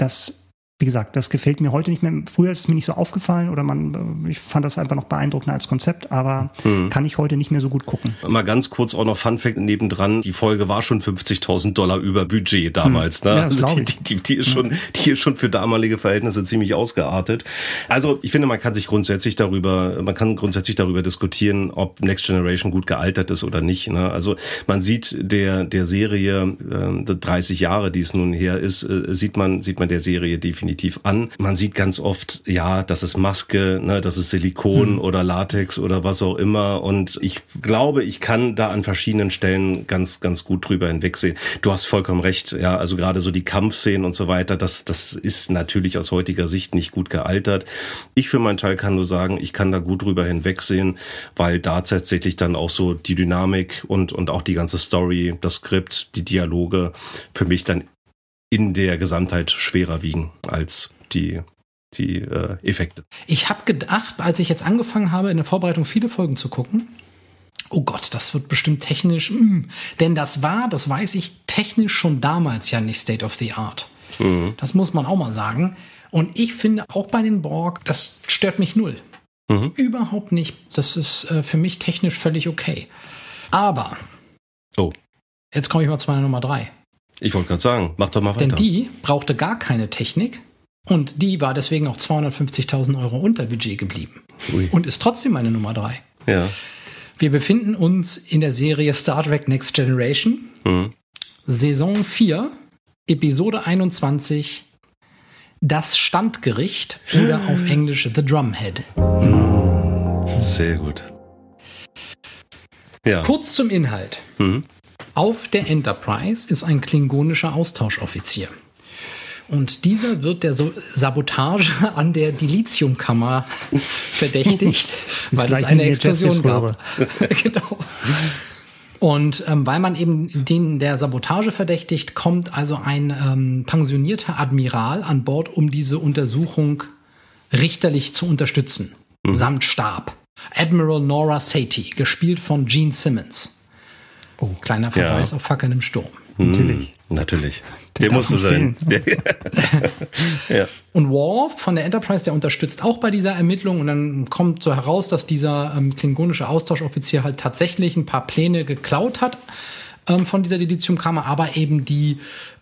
Wie gesagt, das gefällt mir heute nicht mehr. Früher ist es mir nicht so aufgefallen oder ich fand das einfach noch beeindruckender als Konzept, aber kann ich heute nicht mehr so gut gucken. Mal ganz kurz auch noch Fun Fact nebendran. Die Folge war schon $50.000 über Budget damals. Ne? Ja, also die ist schon für damalige Verhältnisse ziemlich ausgeartet. Also ich finde, man kann grundsätzlich darüber diskutieren, ob Next Generation gut gealtert ist oder nicht. Ne? Also man sieht der Serie 30 Jahre, die es nun her ist, sieht man der Serie definitiv an. Man sieht ganz oft, ja, das ist Maske, ne, das ist Silikon oder Latex oder was auch immer. Und ich glaube, ich kann da an verschiedenen Stellen ganz, ganz gut drüber hinwegsehen. Du hast vollkommen recht, ja, also gerade so die Kampfszenen und so weiter, das ist natürlich aus heutiger Sicht nicht gut gealtert. Ich für meinen Teil kann nur sagen, ich kann da gut drüber hinwegsehen, weil da tatsächlich dann auch so die Dynamik und auch die ganze Story, das Skript, die Dialoge für mich dann in der Gesamtheit schwerer wiegen als die Effekte. Ich habe gedacht, als ich jetzt angefangen habe, in der Vorbereitung viele Folgen zu gucken, oh Gott, das wird bestimmt technisch, denn das weiß ich, technisch schon damals ja nicht State of the Art. Das muss man auch mal sagen. Und ich finde auch bei den Borg, das stört mich null. Überhaupt nicht. Das ist für mich technisch völlig okay. Aber jetzt komme ich mal zu meiner Nummer 3. Ich wollte gerade sagen, mach doch mal weiter. Denn die brauchte gar keine Technik und die war deswegen auch 250.000 € unter Budget geblieben. Und ist trotzdem meine Nummer 3. Ja. Wir befinden uns in der Serie Star Trek Next Generation, Saison 4, Episode 21, Das Standgericht oder auf Englisch The Drumhead. Sehr gut. Ja. Kurz zum Inhalt. Auf der Enterprise ist ein klingonischer Austauschoffizier. Und dieser wird der Sabotage an der Dilithiumkammer verdächtigt, weil es eine Explosion gab. Genau. Und weil man eben den der Sabotage verdächtigt, kommt also ein pensionierter Admiral an Bord, um diese Untersuchung richterlich zu unterstützen. Samt Stab. Admiral Nora Satie, gespielt von Gene Simmons. Kleiner Verweis auf Fackeln im Sturm. Natürlich. Der musste sein. Ja. Und Worf von der Enterprise, der unterstützt auch bei dieser Ermittlung. Und dann kommt so heraus, dass dieser klingonische Austauschoffizier halt tatsächlich ein paar Pläne geklaut hat von dieser Dilithiumkammer, aber eben die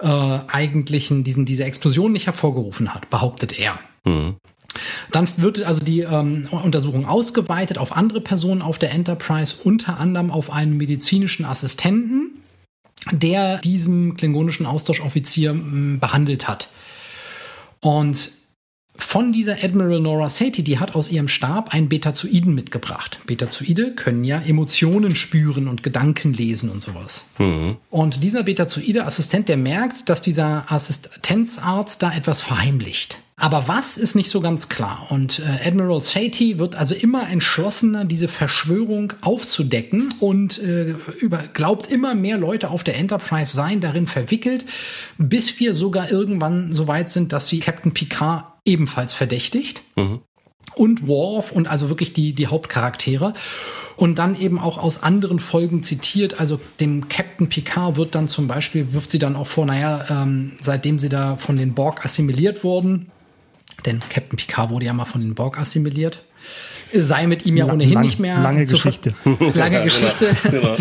diese Explosion nicht hervorgerufen hat, behauptet er. Dann wird also die Untersuchung ausgeweitet auf andere Personen auf der Enterprise, unter anderem auf einen medizinischen Assistenten, der diesem klingonischen Austauschoffizier behandelt hat. Und von dieser Admiral Nora Satie, die hat aus ihrem Stab einen Betazoiden mitgebracht. Betazoide können ja Emotionen spüren und Gedanken lesen und sowas. Und dieser Betazoide-Assistent, der merkt, dass dieser Assistenzarzt da etwas verheimlicht. Aber was ist nicht so ganz klar. Und Admiral Satie wird also immer entschlossener, diese Verschwörung aufzudecken und glaubt, immer mehr Leute auf der Enterprise seien darin verwickelt, bis wir sogar irgendwann so weit sind, dass sie Captain Picard ebenfalls verdächtigt. Und Worf und also wirklich die Hauptcharaktere. Und dann eben auch aus anderen Folgen zitiert. Also dem Captain Picard wird dann zum Beispiel, wirft sie dann auch vor, seitdem sie da von den Borg assimiliert wurden, Denn Captain Picard wurde ja mal von den Borg assimiliert. Sei mit ihm ja ohnehin nicht mehr... Lange Geschichte. Lange Geschichte. Genau.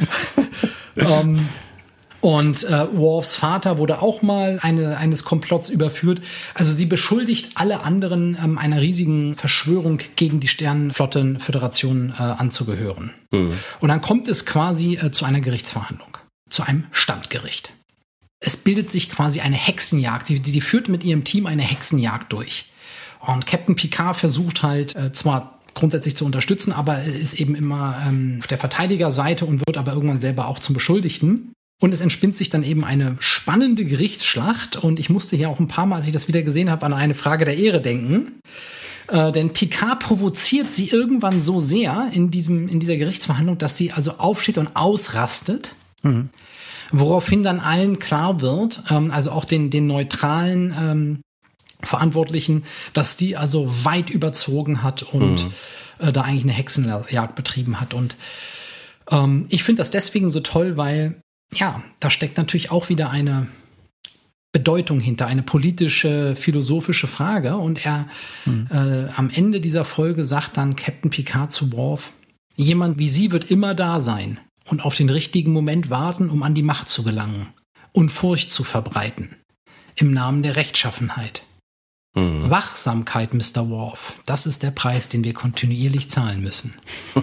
Und Worfs Vater wurde auch mal eines Komplotts überführt. Also sie beschuldigt alle anderen, einer riesigen Verschwörung gegen die Sternenflottenföderation anzugehören. Mhm. Und dann kommt es quasi zu einer Gerichtsverhandlung, zu einem Standgericht. Es bildet sich quasi eine Hexenjagd. Sie führt mit ihrem Team eine Hexenjagd durch. Und Captain Picard versucht halt zwar grundsätzlich zu unterstützen, aber ist eben immer auf der Verteidigerseite und wird aber irgendwann selber auch zum Beschuldigten. Und es entspinnt sich dann eben eine spannende Gerichtsschlacht. Und ich musste hier auch ein paar Mal, als ich das wieder gesehen habe, an eine Frage der Ehre denken. Denn Picard provoziert sie irgendwann so sehr in dieser Gerichtsverhandlung, dass sie also aufsteht und ausrastet. Mhm. Woraufhin dann allen klar wird, also auch den neutralen Verantwortlichen, dass die also weit überzogen hat und da eigentlich eine Hexenjagd betrieben hat. Und ich finde das deswegen so toll, weil ja, da steckt natürlich auch wieder eine Bedeutung hinter, eine politische, philosophische Frage. Und am Ende dieser Folge sagt dann Captain Picard zu Worf, jemand wie Sie wird immer da sein und auf den richtigen Moment warten, um an die Macht zu gelangen und Furcht zu verbreiten. Im Namen der Rechtschaffenheit. Wachsamkeit, Mr. Worf, das ist der Preis, den wir kontinuierlich zahlen müssen.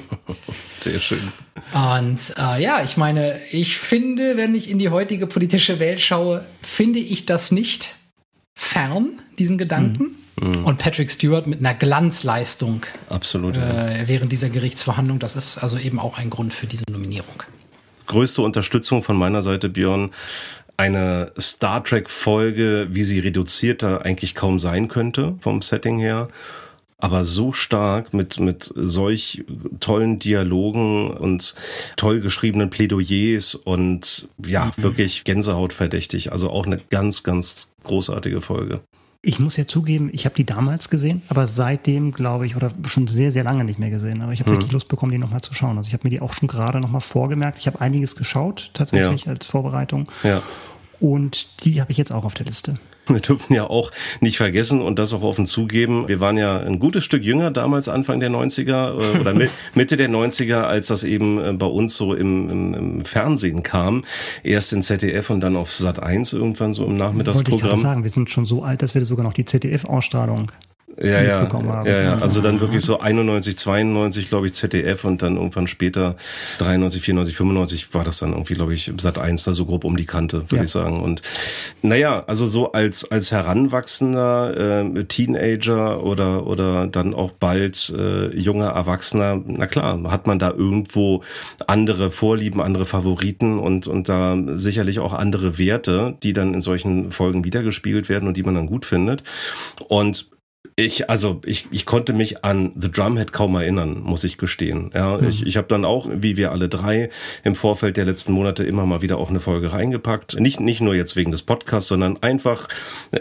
Sehr schön. Und ich meine, ich finde, wenn ich in die heutige politische Welt schaue, finde ich das nicht fern, diesen Gedanken. Und Patrick Stewart mit einer Glanzleistung. Absolut. Während dieser Gerichtsverhandlung, das ist also eben auch ein Grund für diese Nominierung. Größte Unterstützung von meiner Seite, Björn. Eine Star Trek-Folge, wie sie reduzierter eigentlich kaum sein könnte, vom Setting her. Aber so stark mit solch tollen Dialogen und toll geschriebenen Plädoyers und wirklich gänsehautverdächtig. Also auch eine ganz, ganz großartige Folge. Ich muss ja zugeben, ich habe die damals gesehen, aber seitdem, glaube ich, oder schon sehr, sehr lange nicht mehr gesehen. Aber ich habe richtig Lust bekommen, die nochmal zu schauen. Also ich habe mir die auch schon gerade nochmal vorgemerkt. Ich habe einiges geschaut, tatsächlich, als Vorbereitung. Ja. Und die habe ich jetzt auch auf der Liste. Wir dürfen ja auch nicht vergessen und das auch offen zugeben, wir waren ja ein gutes Stück jünger damals, Anfang der 90er oder Mitte der 90er, als das eben bei uns so im Fernsehen kam. Erst in ZDF und dann auf Sat.1 irgendwann so im Nachmittagsprogramm. Wollte ich gerade sagen, wir sind schon so alt, dass wir sogar noch die ZDF-Ausstrahlung mitbekommen haben. Ja. Also dann wirklich so 91, 92, glaube ich, ZDF und dann irgendwann später 93, 94, 95 war das dann irgendwie, glaube ich, Sat.1 da so grob um die Kante, würde ich sagen. Und also so als heranwachsender Teenager oder dann auch bald junger Erwachsener, na klar, hat man da irgendwo andere Vorlieben, andere Favoriten und da sicherlich auch andere Werte, die dann in solchen Folgen wiedergespiegelt werden und die man dann gut findet. Und ich konnte mich an The Drumhead kaum erinnern, muss ich gestehen. Ja, ich habe dann auch, wie wir alle drei, im Vorfeld der letzten Monate immer mal wieder auch eine Folge reingepackt. Nicht nur jetzt wegen des Podcasts, sondern einfach,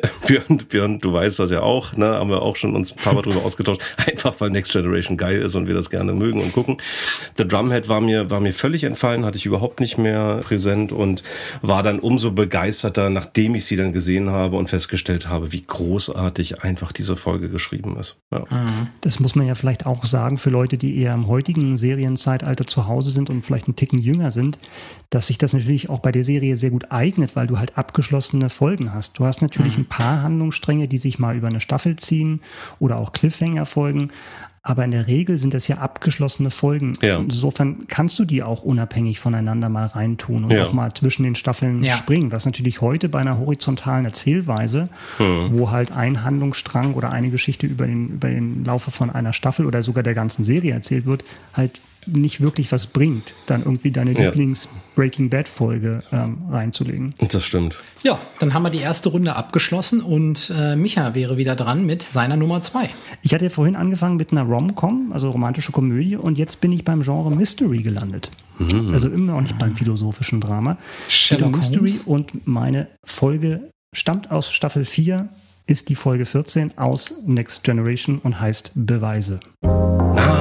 Björn, du weißt das ja auch, ne, haben wir auch schon uns ein paar Mal drüber ausgetauscht, einfach weil Next Generation geil ist und wir das gerne mögen und gucken. The Drumhead war mir völlig entfallen, hatte ich überhaupt nicht mehr präsent und war dann umso begeisterter, nachdem ich sie dann gesehen habe und festgestellt habe, wie großartig einfach diese Folge geschrieben ist. Ja. Das muss man ja vielleicht auch sagen für Leute, die eher im heutigen Serienzeitalter zu Hause sind und vielleicht einen Ticken jünger sind, dass sich das natürlich auch bei der Serie sehr gut eignet, weil du halt abgeschlossene Folgen hast. Du hast natürlich ein paar Handlungsstränge, die sich mal über eine Staffel ziehen oder auch Cliffhanger-Folgen, aber in der Regel sind das ja abgeschlossene Folgen. Ja. Insofern kannst du die auch unabhängig voneinander mal reintun und auch mal zwischen den Staffeln springen. Was natürlich heute bei einer horizontalen Erzählweise, wo halt ein Handlungsstrang oder eine Geschichte über den Laufe von einer Staffel oder sogar der ganzen Serie erzählt wird, halt nicht wirklich was bringt, dann irgendwie deine Lieblings-Breaking-Bad-Folge reinzulegen. Das stimmt. Ja, dann haben wir die erste Runde abgeschlossen und Micha wäre wieder dran mit seiner Nummer 2. Ich hatte ja vorhin angefangen mit einer Rom-Com, also romantische Komödie, und jetzt bin ich beim Genre Mystery gelandet. Also immer noch nicht beim philosophischen Drama. Sherlock Mystery Holmes. Und meine Folge stammt aus Staffel 4, ist die Folge 14 aus Next Generation und heißt Beweise.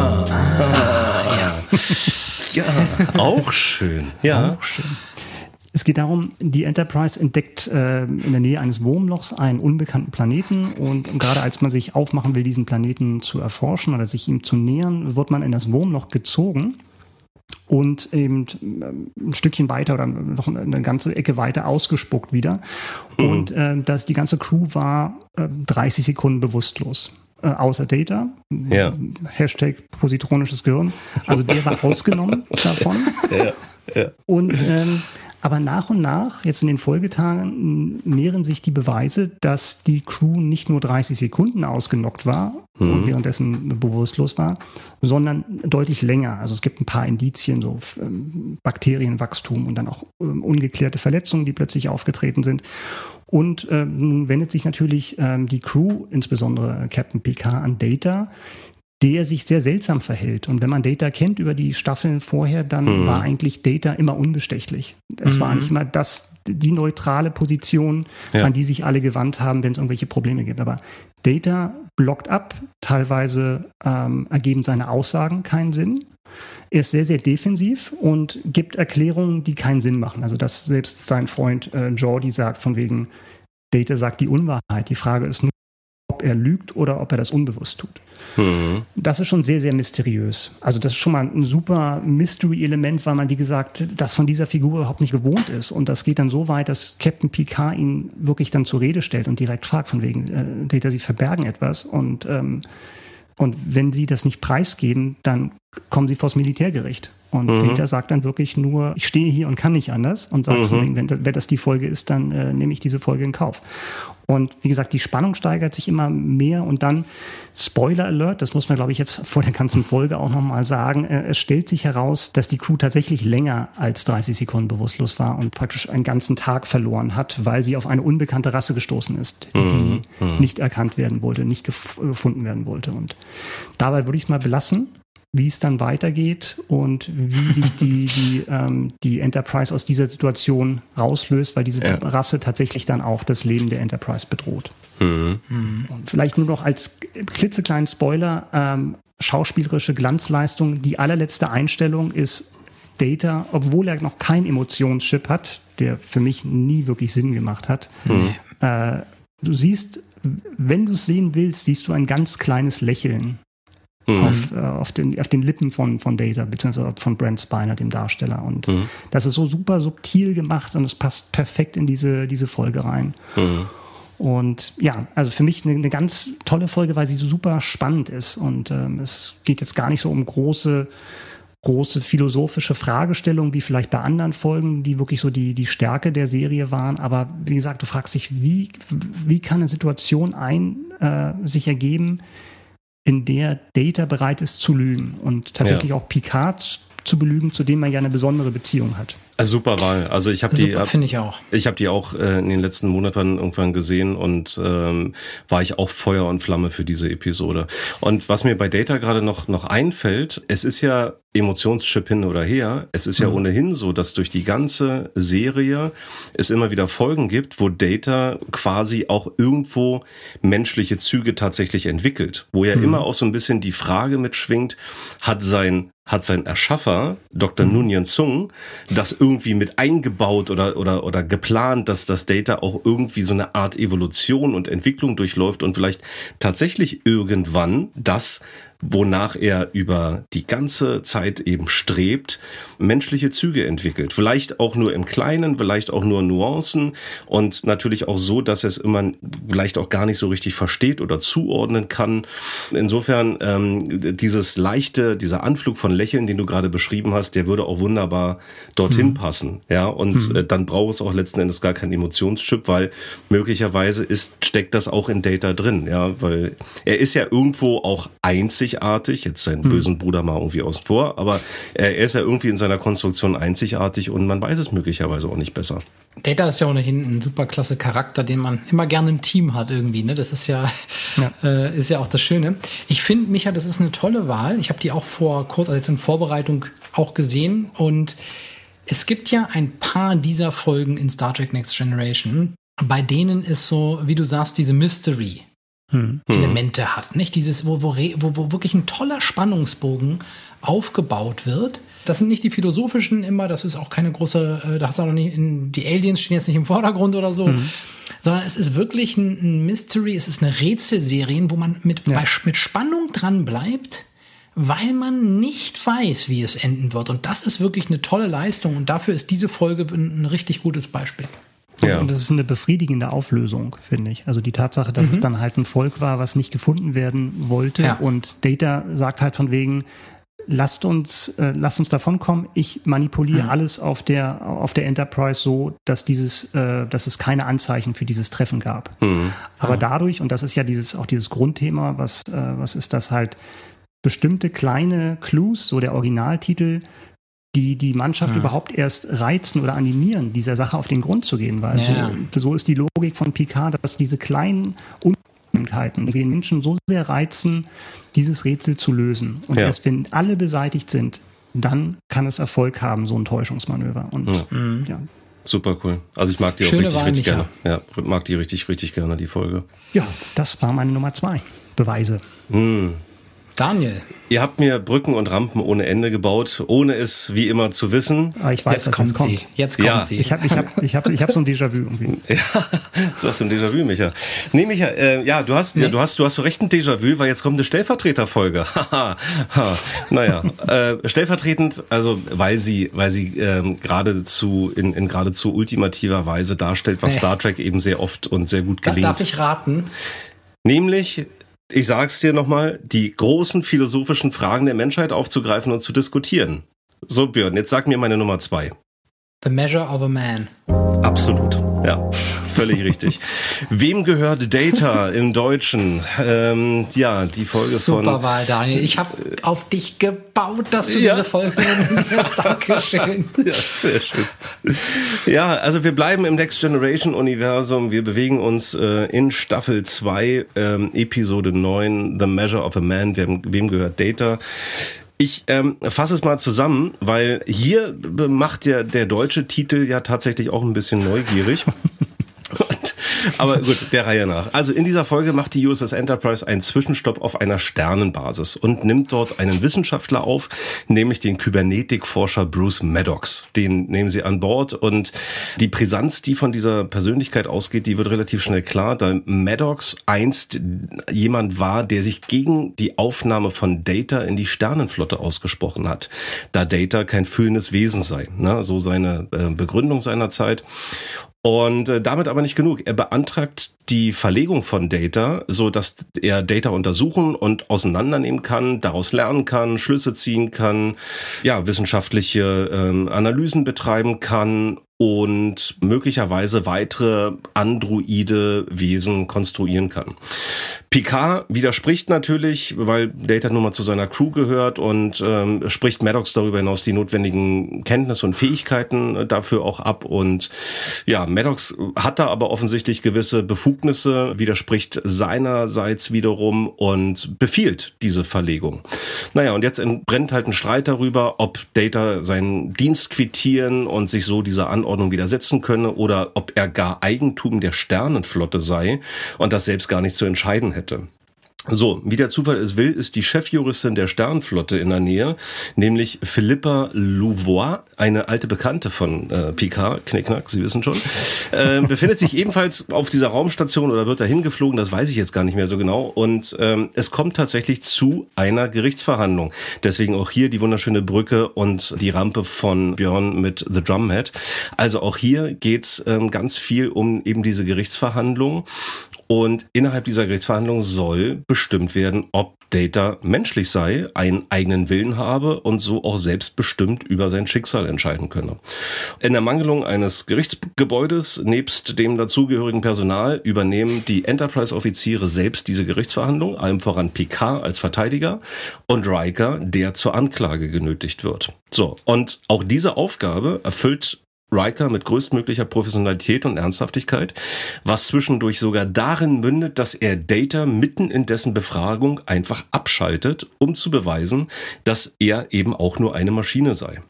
Ja, auch schön. Ja. Auch schön. Es geht darum, die Enterprise entdeckt in der Nähe eines Wurmlochs einen unbekannten Planeten und gerade als man sich aufmachen will, diesen Planeten zu erforschen oder sich ihm zu nähern, wird man in das Wurmloch gezogen und eben ein Stückchen weiter oder noch eine ganze Ecke weiter ausgespuckt wieder. Und die ganze Crew war 30 Sekunden bewusstlos. Außer Data, ja. Hashtag positronisches Gehirn, also der war ausgenommen davon. Ja. Und aber nach und nach, jetzt in den Folgetagen, mehren sich die Beweise, dass die Crew nicht nur 30 Sekunden ausgenockt war und währenddessen bewusstlos war, sondern deutlich länger. Also es gibt ein paar Indizien, so Bakterienwachstum und dann auch ungeklärte Verletzungen, die plötzlich aufgetreten sind. Und nun wendet sich natürlich die Crew, insbesondere Captain Picard, an Data, der sich sehr seltsam verhält. Und wenn man Data kennt über die Staffeln vorher, dann war eigentlich Data immer unbestechlich. Es war nicht immer die neutrale Position, an die sich alle gewandt haben, wenn es irgendwelche Probleme gibt. Aber Data blockt ab, teilweise ergeben seine Aussagen keinen Sinn. Er ist sehr, sehr defensiv und gibt Erklärungen, die keinen Sinn machen. Also dass selbst sein Freund Geordi sagt, von wegen Data sagt die Unwahrheit. Die Frage ist nur, ob er lügt oder ob er das unbewusst tut. Das ist schon sehr, sehr mysteriös. Also das ist schon mal ein super Mystery-Element, weil man, wie gesagt, das von dieser Figur überhaupt nicht gewohnt ist. Und das geht dann so weit, dass Captain Picard ihn wirklich dann zur Rede stellt und direkt fragt, von wegen, Data, Sie verbergen etwas. Und wenn Sie das nicht preisgeben, dann kommen Sie vors Militärgericht. Und Data sagt dann wirklich nur, ich stehe hier und kann nicht anders. Und sagt, wenn das die Folge ist, dann nehme ich diese Folge in Kauf. Und wie gesagt, die Spannung steigert sich immer mehr. Und dann, Spoiler Alert, das muss man, glaube ich, jetzt vor der ganzen Folge auch nochmal sagen, es stellt sich heraus, dass die Crew tatsächlich länger als 30 Sekunden bewusstlos war und praktisch einen ganzen Tag verloren hat, weil sie auf eine unbekannte Rasse gestoßen ist, die nicht erkannt werden wollte, nicht gefunden werden wollte. Und dabei würde ich es mal belassen, wie es dann weitergeht und wie sich die Enterprise aus dieser Situation rauslöst, weil diese Rasse tatsächlich dann auch das Leben der Enterprise bedroht. Und vielleicht nur noch als klitzekleinen Spoiler, schauspielerische Glanzleistung, die allerletzte Einstellung ist Data, obwohl er noch keinen Emotionschip hat, der für mich nie wirklich Sinn gemacht hat. Du siehst, wenn du es sehen willst, siehst du ein ganz kleines Lächeln auf den Lippen von Data, beziehungsweise von Brent Spiner, dem Darsteller. Und das ist so super subtil gemacht und es passt perfekt in diese Folge rein. Und ja, also für mich eine ganz tolle Folge, weil sie so super spannend ist. Und es geht jetzt gar nicht so um große philosophische Fragestellungen, wie vielleicht bei anderen Folgen, die wirklich so die Stärke der Serie waren. Aber wie gesagt, du fragst dich, wie kann eine Situation sich ergeben, in der Data bereit ist zu lügen und tatsächlich auch Picard zu belügen, zu dem man ja eine besondere Beziehung hat. Also super Wahl. Also ich habe finde ich auch. Ich habe die auch in den letzten Monaten irgendwann gesehen und war ich auch Feuer und Flamme für diese Episode. Und was mir bei Data gerade noch einfällt, es ist ja Emotionschip hin oder her. Es ist ja ohnehin so, dass durch die ganze Serie es immer wieder Folgen gibt, wo Data quasi auch irgendwo menschliche Züge tatsächlich entwickelt, wo ja immer auch so ein bisschen die Frage mitschwingt, hat sein Erschaffer, Dr. Nunyan Sung, das irgendwie mit eingebaut oder geplant, dass das Data auch irgendwie so eine Art Evolution und Entwicklung durchläuft und vielleicht tatsächlich irgendwann das, wonach er über die ganze Zeit eben strebt, menschliche Züge entwickelt. Vielleicht auch nur im Kleinen, vielleicht auch nur Nuancen und natürlich auch so, dass er es immer vielleicht auch gar nicht so richtig versteht oder zuordnen kann. Insofern dieser Anflug von Lächeln, den du gerade beschrieben hast, der würde auch wunderbar dorthin passen. Ja, und dann braucht es auch letzten Endes gar keinen Emotionschip, weil möglicherweise steckt das auch in Data drin. Ja, weil er ist ja irgendwo auch einzigartig, jetzt seinen bösen Bruder mal irgendwie außen vor, aber er ist ja irgendwie in seiner Konstruktion einzigartig und man weiß es möglicherweise auch nicht besser. Data ist ja ohnehin ein super klasse Charakter, den man immer gerne im Team hat irgendwie, ne? Das ist ja auch das Schöne. Ich finde, Micha, das ist eine tolle Wahl. Ich habe die auch jetzt in Vorbereitung auch gesehen und es gibt ja ein paar dieser Folgen in Star Trek Next Generation, bei denen ist so, wie du sagst, diese Mystery Elemente hat, nicht? Dieses, wo wirklich ein toller Spannungsbogen aufgebaut wird, das sind nicht die philosophischen immer, das ist auch keine große, da hast du auch noch nicht, die Aliens stehen jetzt nicht im Vordergrund oder so, sondern es ist wirklich ein Mystery, es ist eine Rätselserie, wo man mit Spannung dran bleibt, weil man nicht weiß, wie es enden wird. Und das ist wirklich eine tolle Leistung und dafür ist diese Folge ein richtig gutes Beispiel. Ja. Und es ist eine befriedigende Auflösung, finde ich. Also die Tatsache, dass es dann halt ein Volk war, was nicht gefunden werden wollte und Data sagt halt von wegen, lasst uns davonkommen, ich manipuliere alles auf der Enterprise so, dass dass es keine Anzeichen für dieses Treffen gab. Aber dadurch, und das ist ja dieses Grundthema, was ist das halt, bestimmte kleine Clues, so der Originaltitel, die Mannschaft überhaupt erst reizen oder animieren, dieser Sache auf den Grund zu gehen, weil so ist die Logik von Picard, dass diese kleinen Ungereimtheiten den Menschen so sehr reizen, dieses Rätsel zu lösen. Und erst wenn alle beseitigt sind, dann kann es Erfolg haben, so ein Täuschungsmanöver. Und super cool. Also ich mag die Schöne auch richtig gerne. Ja, mag die richtig gerne, die Folge. Ja, das war meine Nummer 2. Beweise. Daniel. Ihr habt mir Brücken und Rampen ohne Ende gebaut, ohne es wie immer zu wissen. Aber ich weiß, Jetzt kommt sie. Ich hab so ein Déjà-vu irgendwie. Ja, du hast so ein Déjà-vu, Micha. Nee, Micha, du hast so recht ein Déjà-vu, weil jetzt kommt eine Stellvertreterfolge. Naja, stellvertretend, also weil sie geradezu in geradezu ultimativer Weise darstellt, was Star Trek eben sehr oft und sehr gut gelingt. Darf ich raten? Nämlich, ich sag's dir nochmal, die großen philosophischen Fragen der Menschheit aufzugreifen und zu diskutieren. So, Björn, jetzt sag mir meine Nummer 2. The Measure of a Man. Absolut, ja, völlig richtig. Wem gehört Data im Deutschen? Die Folge von... Super Wahl, Daniel. Ich habe auf dich gebaut, dass du diese Folge nimmst. Dankeschön. Ja, sehr schön. Ja, also wir bleiben im Next Generation Universum. Wir bewegen uns in Staffel 2, Episode 9, The Measure of a Man. Wem gehört Data? Ich fasse es mal zusammen, weil hier macht der deutsche Titel ja tatsächlich auch ein bisschen neugierig. Aber gut, der Reihe nach. Also in dieser Folge macht die USS Enterprise einen Zwischenstopp auf einer Sternenbasis und nimmt dort einen Wissenschaftler auf, nämlich den Kybernetikforscher Bruce Maddox. Den nehmen sie an Bord und die Brisanz, die von dieser Persönlichkeit ausgeht, die wird relativ schnell klar, da Maddox einst jemand war, der sich gegen die Aufnahme von Data in die Sternenflotte ausgesprochen hat, da Data kein fühlendes Wesen sei. Ne? So seine Begründung seiner Zeit. Und damit aber nicht genug. Er beantragt die Verlegung von Data, so dass er Data untersuchen und auseinandernehmen kann, daraus lernen kann, Schlüsse ziehen kann, wissenschaftliche Analysen betreiben kann und möglicherweise weitere androide Wesen konstruieren kann. Picard widerspricht natürlich, weil Data nun mal zu seiner Crew gehört und spricht Maddox darüber hinaus die notwendigen Kenntnisse und Fähigkeiten dafür auch ab. Und Maddox hat da aber offensichtlich gewisse Befugnisse, widerspricht seinerseits wiederum und befiehlt diese Verlegung. Naja, und jetzt entbrennt halt ein Streit darüber, ob Data seinen Dienst quittieren und sich so dieser Anordnung widersetzen könne oder ob er gar Eigentum der Sternenflotte sei und das selbst gar nicht zu entscheiden hätte. So, wie der Zufall es will, ist die Chefjuristin der Sternenflotte in der Nähe, nämlich Philippa Louvois, eine alte Bekannte von Picard, Knickknack, Sie wissen schon, befindet sich ebenfalls auf dieser Raumstation oder wird dahin geflogen, das weiß ich jetzt gar nicht mehr so genau. Und es kommt tatsächlich zu einer Gerichtsverhandlung. Deswegen auch hier die wunderschöne Brücke und die Rampe von Björn mit The Drumhead. Also auch hier geht's ganz viel um eben diese Gerichtsverhandlung. Und innerhalb dieser Gerichtsverhandlung soll bestimmt werden, ob Data menschlich sei, einen eigenen Willen habe und so auch selbstbestimmt über sein Schicksal entscheiden könne. In der Mangelung eines Gerichtsgebäudes nebst dem dazugehörigen Personal übernehmen die Enterprise-Offiziere selbst diese Gerichtsverhandlung, allem voran Picard als Verteidiger und Riker, der zur Anklage genötigt wird. So, und auch diese Aufgabe erfüllt Riker mit größtmöglicher Professionalität und Ernsthaftigkeit, was zwischendurch sogar darin mündet, dass er Data mitten in dessen Befragung einfach abschaltet, um zu beweisen, dass er eben auch nur eine Maschine sei.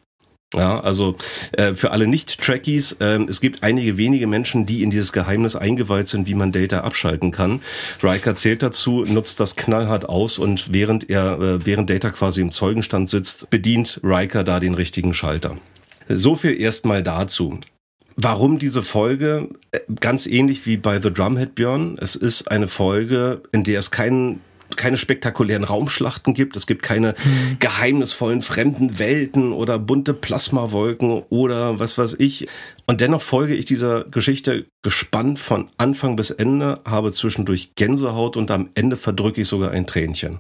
Ja, also für alle Nicht-Trekkies, es gibt einige wenige Menschen, die in dieses Geheimnis eingeweiht sind, wie man Data abschalten kann. Riker zählt dazu, nutzt das knallhart aus und während Data quasi im Zeugenstand sitzt, bedient Riker da den richtigen Schalter. So viel erstmal dazu. Warum diese Folge? Ganz ähnlich wie bei The Drumhead, Björn. Es ist eine Folge, in der es keine spektakulären Raumschlachten gibt. Es gibt keine geheimnisvollen fremden Welten oder bunte Plasmawolken oder was weiß ich. Und dennoch folge ich dieser Geschichte gespannt von Anfang bis Ende, habe zwischendurch Gänsehaut und am Ende verdrücke ich sogar ein Tränchen.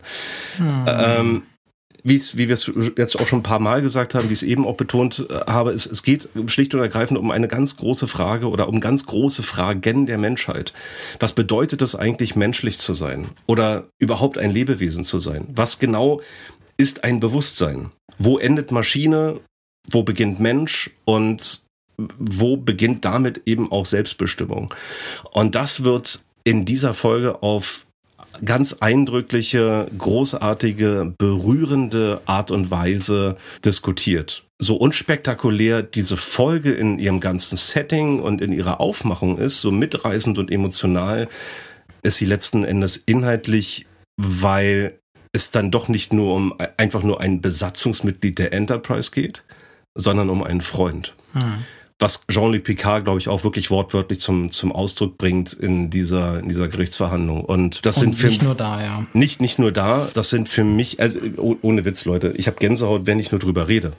Wie wir es jetzt auch schon ein paar Mal gesagt haben, wie ich es eben auch betont habe, es geht schlicht und ergreifend um eine ganz große Frage oder um ganz große Fragen der Menschheit. Was bedeutet es eigentlich, menschlich zu sein oder überhaupt ein Lebewesen zu sein? Was genau ist ein Bewusstsein? Wo endet Maschine? Wo beginnt Mensch? Und wo beginnt damit eben auch Selbstbestimmung? Und das wird in dieser Folge auf ganz eindrückliche, großartige, berührende Art und Weise diskutiert. So unspektakulär diese Folge in ihrem ganzen Setting und in ihrer Aufmachung ist, so mitreißend und emotional ist sie letzten Endes inhaltlich, weil es dann doch nicht nur einfach nur ein Besatzungsmitglied der Enterprise geht, sondern um einen Freund. Was Jean-Luc Picard, glaube ich, auch wirklich wortwörtlich zum Ausdruck bringt in dieser Gerichtsverhandlung. Und das sind nicht nur da, ja. Nicht nur da, das sind für mich, also ohne Witz, Leute, ich habe Gänsehaut, wenn ich nur drüber rede.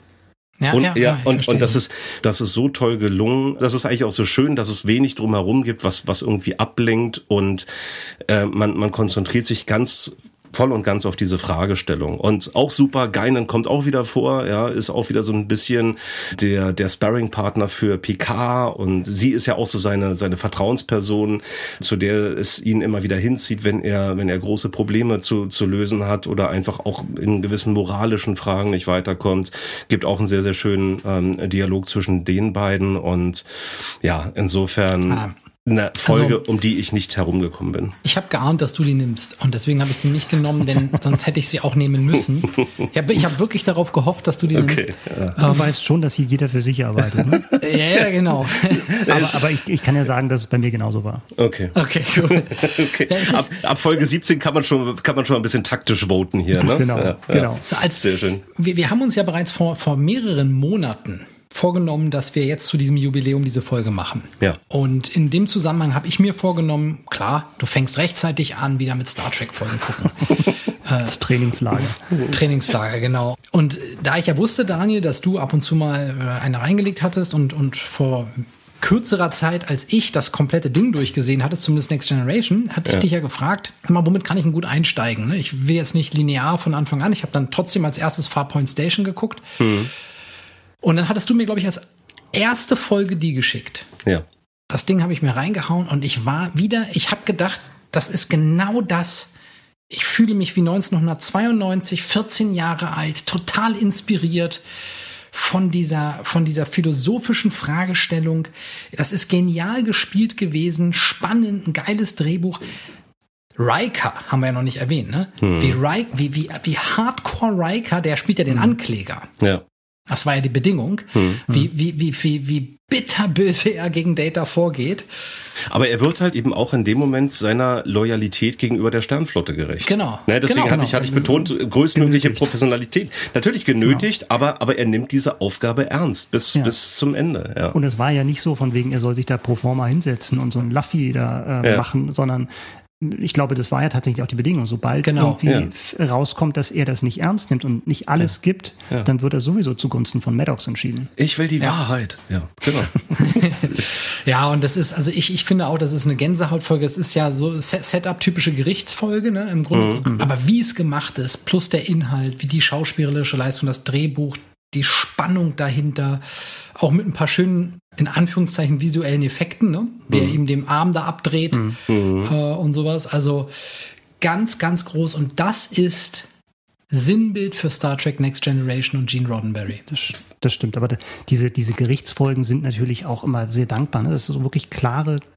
Und das ist so toll gelungen. Das ist eigentlich auch so schön, dass es wenig drumherum gibt, was irgendwie ablenkt und man konzentriert sich voll und ganz auf diese Fragestellung. Und auch super, Guinan kommt auch wieder vor, ja, ist auch wieder so ein bisschen der Sparring-Partner für Picard und sie ist ja auch so seine Vertrauensperson, zu der es ihn immer wieder hinzieht, wenn er große Probleme zu lösen hat oder einfach auch in gewissen moralischen Fragen nicht weiterkommt. Gibt auch einen sehr, sehr schönen Dialog zwischen den beiden und ja, insofern eine Folge, um die ich nicht herumgekommen bin. Ich habe geahnt, dass du die nimmst und deswegen habe ich sie nicht genommen, denn sonst hätte ich sie auch nehmen müssen. Ich hab wirklich darauf gehofft, dass du die nimmst. Ja. Du weißt schon, dass hier jeder für sich arbeitet, ne? Ja, genau. aber ich kann ja sagen, dass es bei mir genauso war. Okay, cool. Okay. Ja, ab Folge 17 kann man schon ein bisschen taktisch voten hier, ne? Genau. Sehr schön. Wir haben uns ja bereits vor mehreren Monaten vorgenommen, dass wir jetzt zu diesem Jubiläum diese Folge machen. Ja. Und in dem Zusammenhang habe ich mir vorgenommen, klar, du fängst rechtzeitig an, wieder mit Star Trek-Folgen gucken. Das Trainingslager. Trainingslager, genau. Und da ich ja wusste, Daniel, dass du ab und zu mal eine reingelegt hattest und vor kürzerer Zeit, als ich das komplette Ding durchgesehen hatte, zumindest Next Generation, hatte ich dich ja gefragt, womit kann ich denn gut einsteigen? Ich will jetzt nicht linear von Anfang an. Ich habe dann trotzdem als erstes Farpoint Station geguckt. Und dann hattest du mir, glaube ich, als erste Folge die geschickt. Ja. Das Ding habe ich mir reingehauen und ich habe gedacht, das ist genau das. Ich fühle mich wie 1992, 14 Jahre alt, total inspiriert von dieser philosophischen Fragestellung. Das ist genial gespielt gewesen, spannend, ein geiles Drehbuch. Riker haben wir ja noch nicht erwähnt, ne? Wie Hardcore Riker, der spielt ja den Ankläger. Ja. Das war ja die Bedingung, wie bitterböse er gegen Data vorgeht. Aber er wird halt eben auch in dem Moment seiner Loyalität gegenüber der Sternflotte gerecht. Genau. Ne, deswegen hatte ich betont, größtmögliche Professionalität. Natürlich genötigt, aber er nimmt diese Aufgabe ernst bis zum Ende. Ja. Und es war ja nicht so von wegen, er soll sich da pro forma hinsetzen und so ein Luffy da machen, sondern ich glaube, das war ja tatsächlich auch die Bedingung. Sobald irgendwie rauskommt, dass er das nicht ernst nimmt und nicht alles gibt, dann wird er sowieso zugunsten von Maddox entschieden. Ich will die Wahrheit. Ja, genau. Ja, und das ist, also ich finde auch, das ist eine Gänsehautfolge. Es ist ja so Setup-typische Gerichtsfolge, ne, im Grunde. Aber wie es gemacht ist, plus der Inhalt, wie die schauspielerische Leistung, das Drehbuch, die Spannung dahinter, auch mit ein paar schönen, in Anführungszeichen, visuellen Effekten, ne? Wie er ihm den Arm da abdreht und sowas. Also ganz, ganz groß. Und das ist Sinnbild für Star Trek Next Generation und Gene Roddenberry. Das stimmt, aber diese Gerichtsfolgen sind natürlich auch immer sehr dankbar. Ne? Das ist so wirklich klare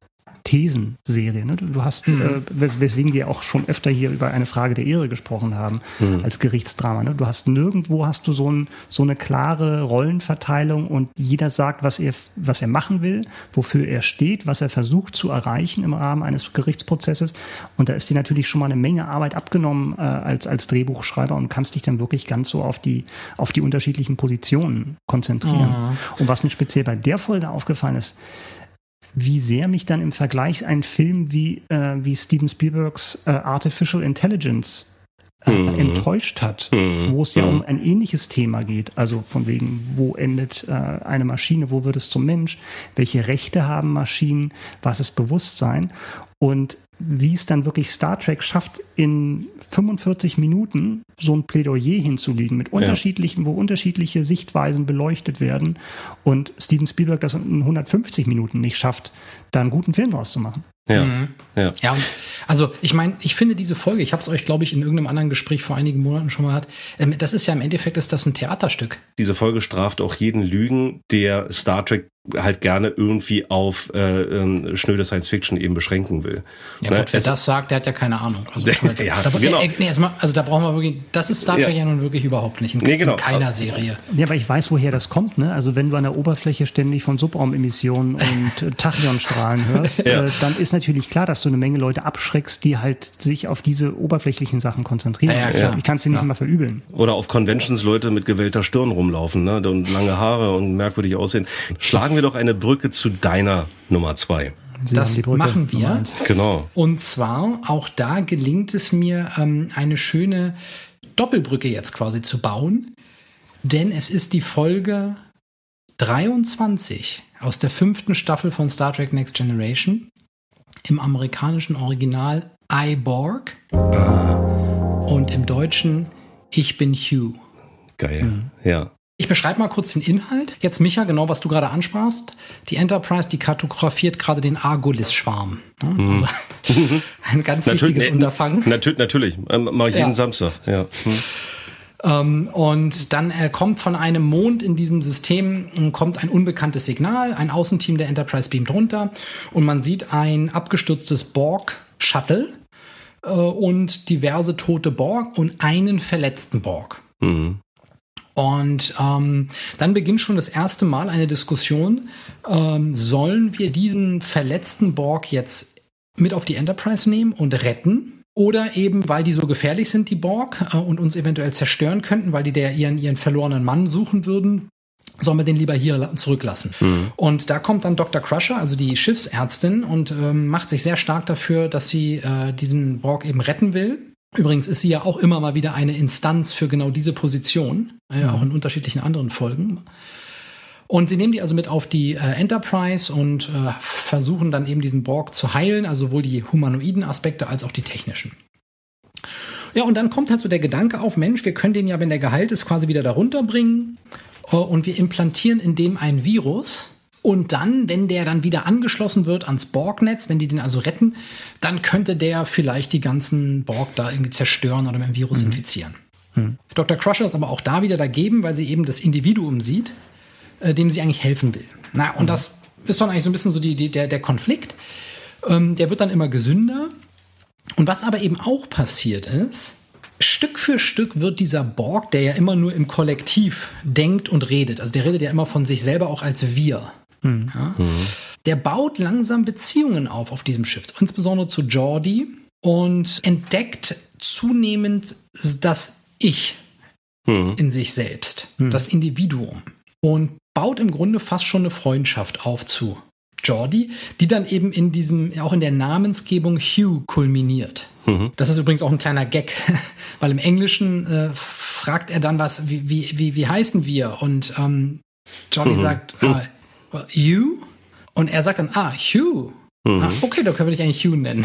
Thesenserie. Ne? Du hast, weswegen wir auch schon öfter hier über eine Frage der Ehre gesprochen haben, als Gerichtsdrama. Ne? Du hast nirgendwo du so eine klare Rollenverteilung und jeder sagt, was er machen will, wofür er steht, was er versucht zu erreichen im Rahmen eines Gerichtsprozesses. Und da ist dir natürlich schon mal eine Menge Arbeit abgenommen als Drehbuchschreiber und kannst dich dann wirklich ganz so auf die unterschiedlichen Positionen konzentrieren. Und was mir speziell bei der Folge aufgefallen ist, wie sehr mich dann im Vergleich ein Film wie Steven Spielbergs Artificial Intelligence enttäuscht hat, wo es ja um ein ähnliches Thema geht, also von wegen, wo endet eine Maschine, wo wird es zum Mensch, welche Rechte haben Maschinen, was ist Bewusstsein und wie es dann wirklich Star Trek schafft, in 45 Minuten so ein Plädoyer hinzulegen mit unterschiedlichen, wo unterschiedliche Sichtweisen beleuchtet werden und Steven Spielberg das in 150 Minuten nicht schafft, da einen guten Film draus zu machen. Ja, und also ich meine, ich finde diese Folge, ich habe es euch, glaube ich, in irgendeinem anderen Gespräch vor einigen Monaten schon mal das ist ja im Endeffekt, ist das ein Theaterstück. Diese Folge straft auch jeden Lügen, der Star Trek halt gerne irgendwie auf schnöde Science-Fiction eben beschränken will. Ja gut, wer das sagt, der hat ja keine Ahnung. Also, da brauchen wir wirklich, das ist Star Trek ja nun wirklich überhaupt nicht, in keiner Serie. Ja, aber ich weiß, woher das kommt, ne? Also wenn du an der Oberfläche ständig von Subraumemissionen und Tachyonstrahlen hörst, dann ist natürlich klar, dass du eine Menge Leute abschreckst, die halt sich auf diese oberflächlichen Sachen konzentrieren. Ja, klar. Ich kann es dir nicht mal verübeln. Oder auf Conventions Leute mit gewellter Stirn rumlaufen, ne? Und lange Haare und merkwürdig aussehen. Schlagen wir doch eine Brücke zu deiner Nummer 2. Das machen wir. Genau. Und zwar, auch da gelingt es mir, eine schöne Doppelbrücke jetzt quasi zu bauen. Denn es ist die Folge 23 aus der 5. Staffel von Star Trek Next Generation. Im amerikanischen Original I, Borg. Und im Deutschen Ich bin Hugh. Geil, ja. Ich beschreibe mal kurz den Inhalt. Jetzt, Micha, genau was du gerade ansprachst. Die Enterprise, die kartografiert gerade den Argolis-Schwarm. Also ein ganz wichtiges Unterfangen. Natürlich, mal jeden Samstag. Ja. Und dann kommt von einem Mond in diesem System kommt ein unbekanntes Signal. Ein Außenteam der Enterprise beamt runter und man sieht ein abgestürztes Borg-Shuttle und diverse tote Borg und einen verletzten Borg. Und dann beginnt schon das erste Mal eine Diskussion, sollen wir diesen verletzten Borg jetzt mit auf die Enterprise nehmen und retten? Oder eben, weil die so gefährlich sind, die Borg, und uns eventuell zerstören könnten, weil die ihren verlorenen Mann suchen würden, sollen wir den lieber hier zurücklassen. Und da kommt dann Dr. Crusher, also die Schiffsärztin, und macht sich sehr stark dafür, dass sie diesen Borg eben retten will. Übrigens ist sie ja auch immer mal wieder eine Instanz für genau diese Position, auch in unterschiedlichen anderen Folgen. Und sie nehmen die also mit auf die Enterprise und versuchen dann eben diesen Borg zu heilen, also sowohl die humanoiden Aspekte als auch die technischen. Ja, und dann kommt halt so der Gedanke auf, Mensch, wir können den ja, wenn der geheilt ist, quasi wieder da runterbringen und wir implantieren in dem ein Virus. Und dann, wenn der dann wieder angeschlossen wird ans Borg-Netz, wenn die den also retten, dann könnte der vielleicht die ganzen Borg da irgendwie zerstören oder mit dem Virus infizieren. Dr. Crusher ist aber auch da wieder dagegen, weil sie eben das Individuum sieht, dem sie eigentlich helfen will. Na, und das ist dann eigentlich so ein bisschen so der Konflikt. Der wird dann immer gesünder. Und was aber eben auch passiert ist, Stück für Stück wird dieser Borg, der ja immer nur im Kollektiv denkt und redet, also der redet ja immer von sich selber auch als wir. Ja? Der baut langsam Beziehungen auf diesem Schiff, insbesondere zu Geordi, und entdeckt zunehmend das Ich in sich selbst, das Individuum, und baut im Grunde fast schon eine Freundschaft auf zu Geordi, die dann eben auch in der Namensgebung Hugh kulminiert. Das ist übrigens auch ein kleiner Gag, weil im Englischen fragt er dann wie heißen wir? Und Geordi sagt, Hugh? Und er sagt dann, Hugh. Okay, da können wir dich eigentlich Hugh nennen.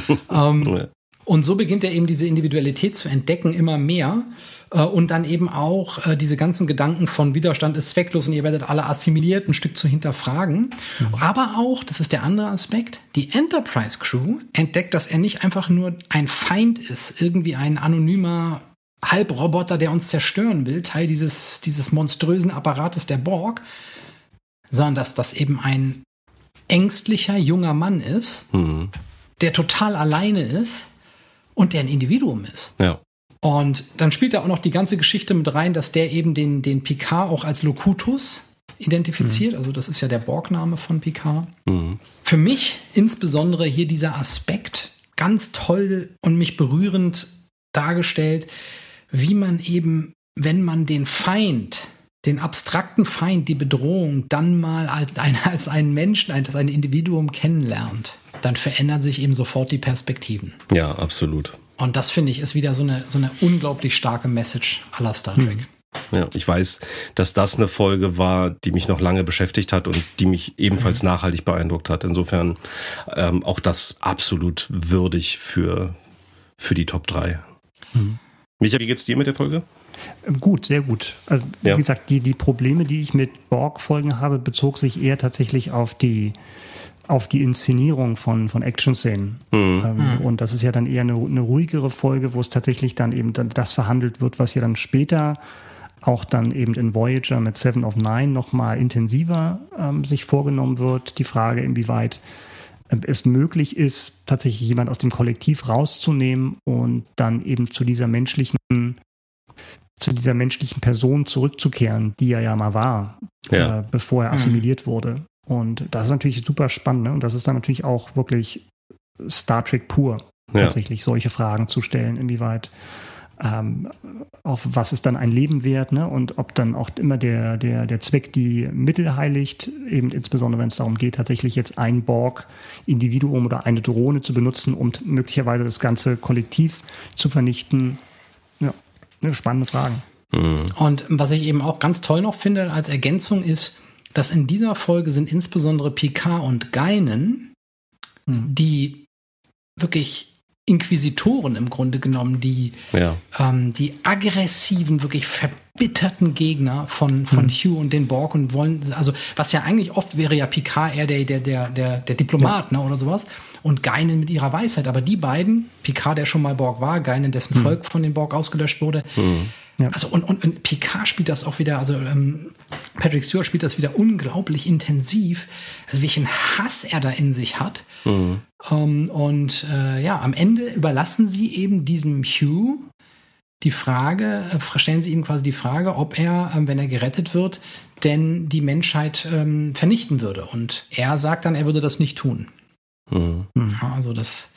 Und so beginnt er eben diese Individualität zu entdecken, immer mehr. Und dann eben auch diese ganzen Gedanken von Widerstand ist zwecklos und ihr werdet alle assimiliert, ein Stück zu hinterfragen. Aber auch, das ist der andere Aspekt, die Enterprise-Crew entdeckt, dass er nicht einfach nur ein Feind ist, irgendwie ein anonymer Halbroboter, der uns zerstören will, Teil dieses monströsen Apparates der Borg, sondern dass das eben ein ängstlicher junger Mann ist, der total alleine ist und der ein Individuum ist. Ja. Und dann spielt da auch noch die ganze Geschichte mit rein, dass der eben den Picard auch als Locutus identifiziert. Also das ist ja der Borg-Name von Picard. Für mich insbesondere hier dieser Aspekt ganz toll und mich berührend dargestellt, wie man eben, wenn man den Feind, den abstrakten Feind, die Bedrohung dann mal als einen Menschen, als ein Individuum kennenlernt, dann verändern sich eben sofort die Perspektiven. Ja, absolut. Und das, finde ich, ist wieder so eine unglaublich starke Message à la Star Trek. Ja, ich weiß, dass das eine Folge war, die mich noch lange beschäftigt hat und die mich ebenfalls nachhaltig beeindruckt hat. Insofern auch das absolut würdig für die Top 3. Micha, wie geht's dir mit der Folge? Gut, sehr gut. Also, wie gesagt, die Probleme, die ich mit Borg-Folgen habe, bezog sich eher tatsächlich auf die Inszenierung von Action-Szenen. Und das ist ja dann eher eine ruhigere Folge, wo es tatsächlich dann eben das verhandelt wird, was ja dann später auch dann eben in Voyager mit Seven of Nine nochmal intensiver sich vorgenommen wird. Die Frage, inwieweit es möglich ist, tatsächlich jemand aus dem Kollektiv rauszunehmen und dann eben zu dieser menschlichen Person zurückzukehren, die er ja mal war, bevor er assimiliert wurde. Und das ist natürlich super spannend, ne? Und das ist dann natürlich auch wirklich Star Trek pur, tatsächlich solche Fragen zu stellen, inwieweit auf was ist dann ein Leben wert, ne? Und ob dann auch immer der Zweck die Mittel heiligt, eben insbesondere wenn es darum geht, tatsächlich jetzt ein Borg-Individuum oder eine Drohne zu benutzen, um möglicherweise das ganze Kollektiv zu vernichten. Ja, eine spannende Frage. Und was ich eben auch ganz toll noch finde als Ergänzung ist, dass in dieser Folge sind insbesondere Picard und Guinan, die wirklich Inquisitoren im Grunde genommen, die aggressiven, wirklich verbitterten Gegner von Hugh und den Borg und wollen, also was ja eigentlich oft wäre ja Picard eher der Diplomat, ne, oder sowas, und Guinan mit ihrer Weisheit, aber die beiden, Picard, der schon mal Borg war, Guinan, dessen Volk von den Borg ausgelöscht wurde, also und Picard spielt das auch wieder, also Patrick Stewart spielt das wieder unglaublich intensiv, also welchen Hass er da in sich hat. Am Ende überlassen sie eben diesem Hugh die Frage, stellen sie ihm quasi die Frage, ob er, wenn er gerettet wird, denn die Menschheit vernichten würde. Und er sagt dann, er würde das nicht tun. Also das...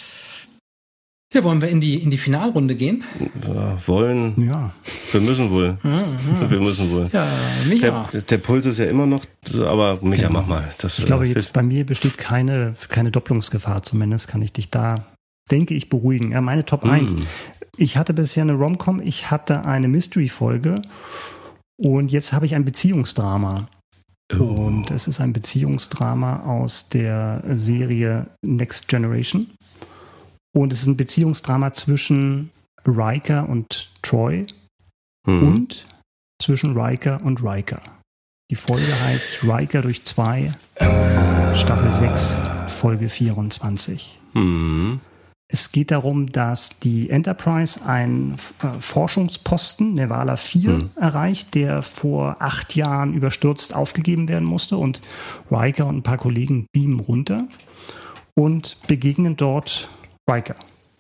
Ja, wollen wir in die Finalrunde gehen? Wir wollen. Ja. Wir müssen wohl. Wir müssen wohl. Ja, Micha. Der Puls ist ja immer noch, aber Micha, mach mal. Ich glaube, jetzt bei mir besteht keine Doppelungsgefahr. Zumindest kann ich dich da, denke ich, beruhigen. Ja, meine Top 1. Ich hatte bisher eine Rom-Com, ich hatte eine Mystery-Folge und jetzt habe ich ein Beziehungsdrama. Und es ist ein Beziehungsdrama aus der Serie Next Generation. Und es ist ein Beziehungsdrama zwischen Riker und Troy und zwischen Riker und Riker. Die Folge heißt Riker durch 2, Staffel 6, Folge 24. Es geht darum, dass die Enterprise einen Forschungsposten, Nevala 4, erreicht, der vor 8 Jahren überstürzt aufgegeben werden musste. Und Riker und ein paar Kollegen beamen runter und begegnen dort Riker.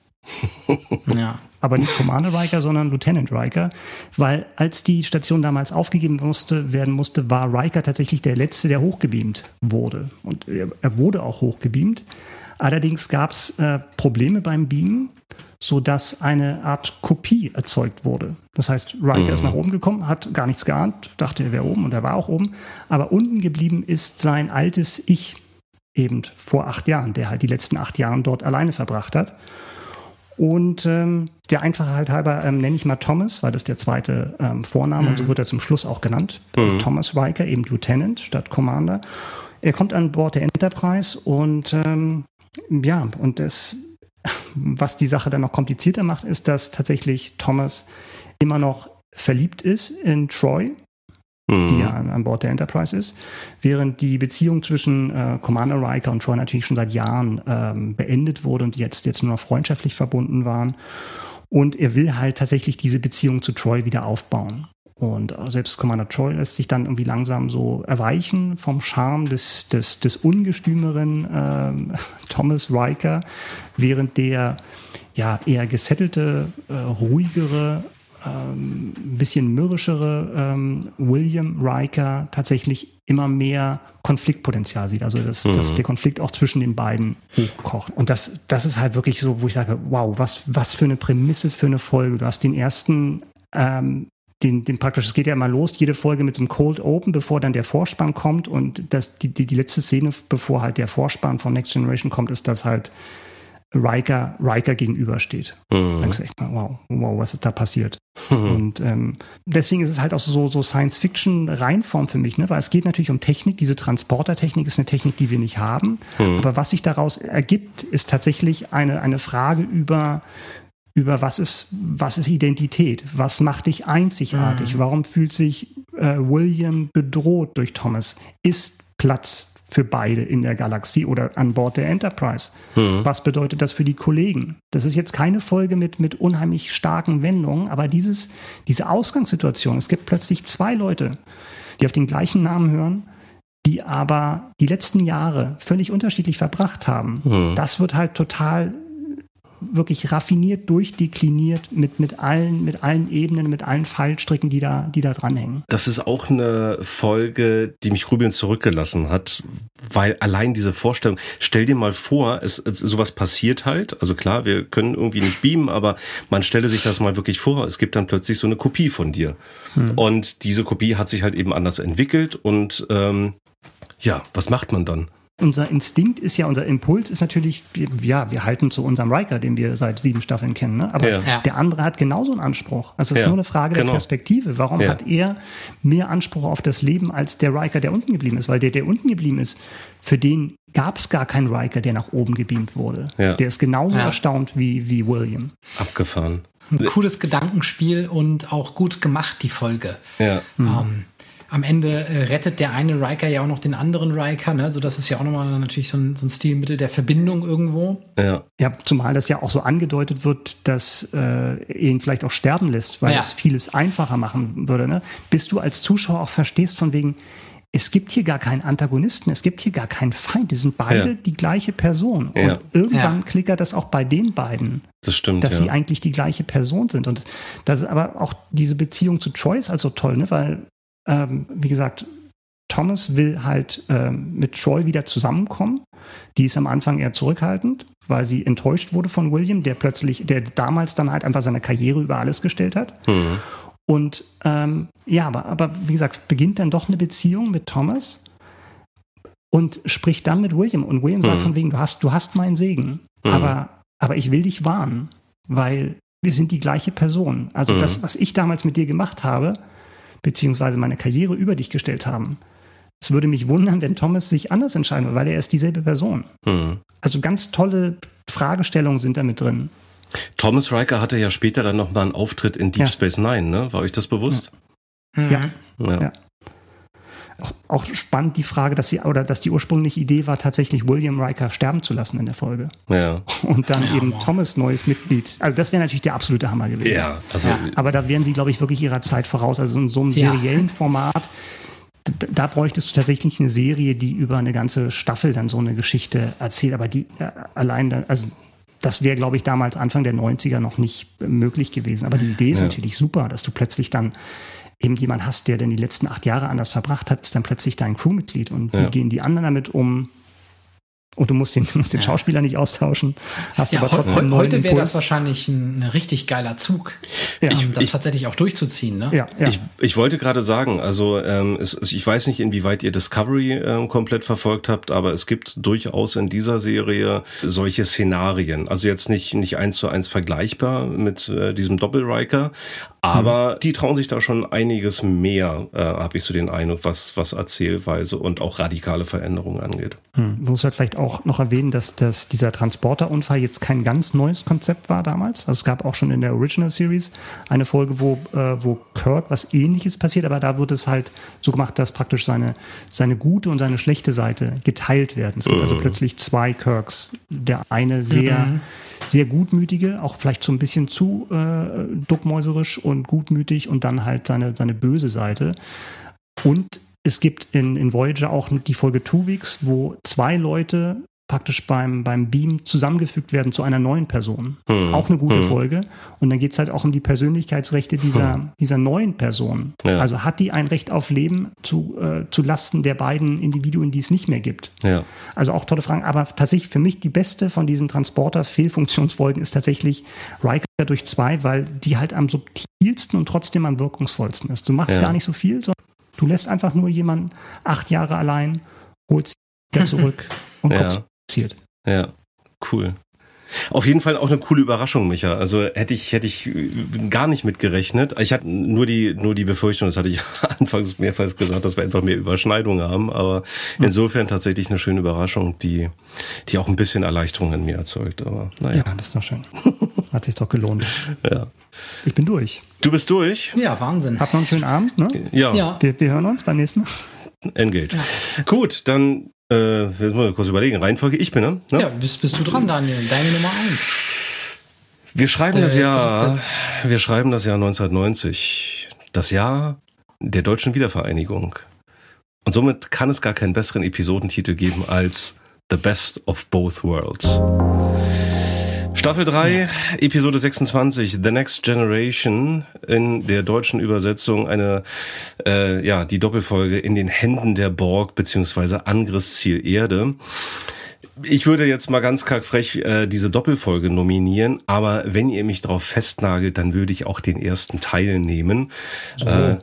Aber nicht Commander Riker, sondern Lieutenant Riker, weil als die Station damals aufgegeben werden musste, war Riker tatsächlich der Letzte, der hochgebeamt wurde. Und er wurde auch hochgebeamt. Allerdings gab es Probleme beim Beamen, sodass eine Art Kopie erzeugt wurde. Das heißt, Riker ist nach oben gekommen, hat gar nichts geahnt, dachte, er wäre oben und er war auch oben. Aber unten geblieben ist sein altes Ich, eben vor 8 Jahren, der halt die letzten 8 Jahre dort alleine verbracht hat. Und der Einfachheit halber nenne ich mal Thomas, weil das der zweite Vorname, und so wird er zum Schluss auch genannt. Thomas Riker, eben Lieutenant statt Commander. Er kommt an Bord der Enterprise und was die Sache dann noch komplizierter macht, ist, dass tatsächlich Thomas immer noch verliebt ist in Troy, die ja an Bord der Enterprise ist, während die Beziehung zwischen Commander Riker und Troy natürlich schon seit Jahren beendet wurde und jetzt nur noch freundschaftlich verbunden waren. Und er will halt tatsächlich diese Beziehung zu Troy wieder aufbauen. Und selbst Commander Choi lässt sich dann irgendwie langsam so erweichen vom Charme des ungestümeren Thomas Riker, während der ja eher gesettelte, ruhigere, ein bisschen mürrischere William Riker tatsächlich immer mehr Konfliktpotenzial sieht. Also dass der Konflikt auch zwischen den beiden hochkocht. Und das ist halt wirklich so, wo ich sage, wow, was für eine Prämisse für eine Folge. Du hast den ersten den praktisch, es geht ja immer los, jede Folge mit so einem Cold Open, bevor dann der Vorspann kommt, und die letzte Szene, bevor halt der Vorspann von Next Generation kommt, ist, dass halt Riker gegenübersteht. Dann denkst du echt mal, wow, was ist da passiert? Und deswegen ist es halt auch so Science-Fiction-Reinform für mich, ne? Weil es geht natürlich um Technik. Diese Transporter-Technik ist eine Technik, die wir nicht haben. Aber was sich daraus ergibt, ist tatsächlich eine Frage über was ist Identität? Was macht dich einzigartig? Warum fühlt sich William bedroht durch Thomas? Ist Platz für beide in der Galaxie oder an Bord der Enterprise? Was bedeutet das für die Kollegen? Das ist jetzt keine Folge mit unheimlich starken Wendungen, aber diese Ausgangssituation, es gibt plötzlich 2 Leute, die auf den gleichen Namen hören, die aber die letzten Jahre völlig unterschiedlich verbracht haben. Das wird halt total wirklich raffiniert, durchdekliniert mit allen Ebenen, mit allen Fallstricken, die da dranhängen. Das ist auch eine Folge, die mich grübelnd zurückgelassen hat, weil allein diese Vorstellung, stell dir mal vor, sowas passiert halt, also klar, wir können irgendwie nicht beamen, aber man stelle sich das mal wirklich vor, es gibt dann plötzlich so eine Kopie von dir. Und diese Kopie hat sich halt eben anders entwickelt und was macht man dann? Unser Instinkt ist ja, unser Impuls ist natürlich, wir halten zu unserem Riker, den wir seit 7 Staffeln kennen, ne? Aber der andere hat genauso einen Anspruch. Also es ist nur eine Frage der Perspektive. Warum hat er mehr Anspruch auf das Leben als der Riker, der unten geblieben ist? Weil der unten geblieben ist, für den gab es gar keinen Riker, der nach oben gebeamt wurde. Ja. Der ist genauso erstaunt wie William. Abgefahren. Ein cooles Gedankenspiel und auch gut gemacht, die Folge. Ja. Am Ende rettet der eine Riker ja auch noch den anderen Riker, ne? So, das ist ja auch nochmal natürlich so ein Stilmittel der Verbindung irgendwo. Ja, zumal das ja auch so angedeutet wird, dass er ihn vielleicht auch sterben lässt, weil es vieles einfacher machen würde, ne? Bis du als Zuschauer auch verstehst von wegen, es gibt hier gar keinen Antagonisten, es gibt hier gar keinen Feind, die sind beide die gleiche Person. Und irgendwann klickert das auch bei den beiden. Das stimmt, dass sie eigentlich die gleiche Person sind. Und das ist aber auch diese Beziehung zu Choi ist also toll, ne? Weil wie gesagt, Thomas will halt mit Choi wieder zusammenkommen. Die ist am Anfang eher zurückhaltend, weil sie enttäuscht wurde von William, der damals dann halt einfach seine Karriere über alles gestellt hat. Und aber wie gesagt, beginnt dann doch eine Beziehung mit Thomas und spricht dann mit William. Und William sagt von wegen, du hast meinen Segen, aber ich will dich warnen, weil wir sind die gleiche Person. Also das, was ich damals mit dir gemacht habe, beziehungsweise meine Karriere über dich gestellt haben. Es würde mich wundern, wenn Thomas sich anders entscheiden würde, weil er ist dieselbe Person. Also ganz tolle Fragestellungen sind da mit drin. Thomas Riker hatte ja später dann nochmal einen Auftritt in Deep Space Nine, ne? War euch das bewusst? Ja. Auch spannend die Frage, dass die ursprüngliche Idee war, tatsächlich William Riker sterben zu lassen in der Folge. Ja. Und dann eben Thomas neues Mitglied. Also das wäre natürlich der absolute Hammer gewesen. Ja, also aber da wären sie, glaube ich, wirklich ihrer Zeit voraus. Also in so einem seriellen Format, da bräuchtest du tatsächlich eine Serie, die über eine ganze Staffel dann so eine Geschichte erzählt. Aber die allein dann, also das wäre, glaube ich, damals Anfang der 90er noch nicht möglich gewesen. Aber die Idee ist natürlich super, dass du plötzlich dann eben jemand hast, der denn die letzten 8 Jahre anders verbracht hat, ist dann plötzlich dein Crewmitglied. Und wie gehen die anderen damit um? Und du musst den Schauspieler nicht austauschen. Hast aber trotzdem heute wäre das wahrscheinlich ein richtig geiler Zug, das tatsächlich auch durchzuziehen. Ne? Ja. Ich wollte gerade sagen, also ich weiß nicht, inwieweit ihr Discovery komplett verfolgt habt, aber es gibt durchaus in dieser Serie solche Szenarien. Also jetzt nicht 1:1 vergleichbar mit diesem Doppel-Riker, aber die trauen sich da schon einiges mehr, habe ich so den Eindruck, was Erzählweise und auch radikale Veränderungen angeht. Man muss halt vielleicht vielleicht auch noch erwähnen, dass dieser Transporterunfall jetzt kein ganz neues Konzept war damals. Also es gab auch schon in der Original Series eine Folge, wo Kirk was Ähnliches passiert, aber da wird es halt so gemacht, dass praktisch seine gute und seine schlechte Seite geteilt werden. Es gibt also plötzlich zwei Kirks. Der eine sehr gutmütige, auch vielleicht so ein bisschen zu duckmäuserisch und gutmütig und dann halt seine böse Seite. Und es gibt in Voyager auch die Folge 2 Weeks, wo zwei Leute praktisch beim Beam zusammengefügt werden zu einer neuen Person. Auch eine gute Folge. Und dann geht es halt auch um die Persönlichkeitsrechte dieser neuen Person. Ja. Also hat die ein Recht auf Leben zu Lasten der beiden Individuen, die es nicht mehr gibt? Ja. Also auch tolle Fragen. Aber tatsächlich für mich die beste von diesen Transporter-Fehlfunktionsfolgen ist tatsächlich Riker durch 2, weil die halt am subtilsten und trotzdem am wirkungsvollsten ist. Du machst gar nicht so viel, sondern du lässt einfach nur jemanden 8 Jahre allein, holst ihn wieder zurück und guckst, passiert. Ja, cool. Auf jeden Fall auch eine coole Überraschung, Micha. Also hätte ich gar nicht mit gerechnet. Ich hatte nur die Befürchtung, das hatte ich anfangs mehrfach gesagt, dass wir einfach mehr Überschneidungen haben. Aber insofern tatsächlich eine schöne Überraschung, die auch ein bisschen Erleichterung in mir erzeugt. Aber naja. Ja, das ist doch schön. Hat sich doch gelohnt. Ja. Ich bin durch. Du bist durch? Ja, Wahnsinn. Habt noch einen schönen Abend, ne? Ja. Wir hören uns beim nächsten Mal. Engage. Ja. Gut, dann jetzt muss man kurz überlegen. Reihenfolge, ich bin, ne? Ja, bist du dran, Daniel. Deine Nummer 1. Wir schreiben das Jahr 1990. Das Jahr der deutschen Wiedervereinigung. Und somit kann es gar keinen besseren Episodentitel geben als The Best of Both Worlds. Staffel 3, Episode 26, The Next Generation, in der deutschen Übersetzung die Doppelfolge In den Händen der Borg beziehungsweise Angriffsziel Erde. Ich würde jetzt mal ganz kackfrech diese Doppelfolge nominieren, aber wenn ihr mich drauf festnagelt, dann würde ich auch den ersten Teil nehmen. Genau,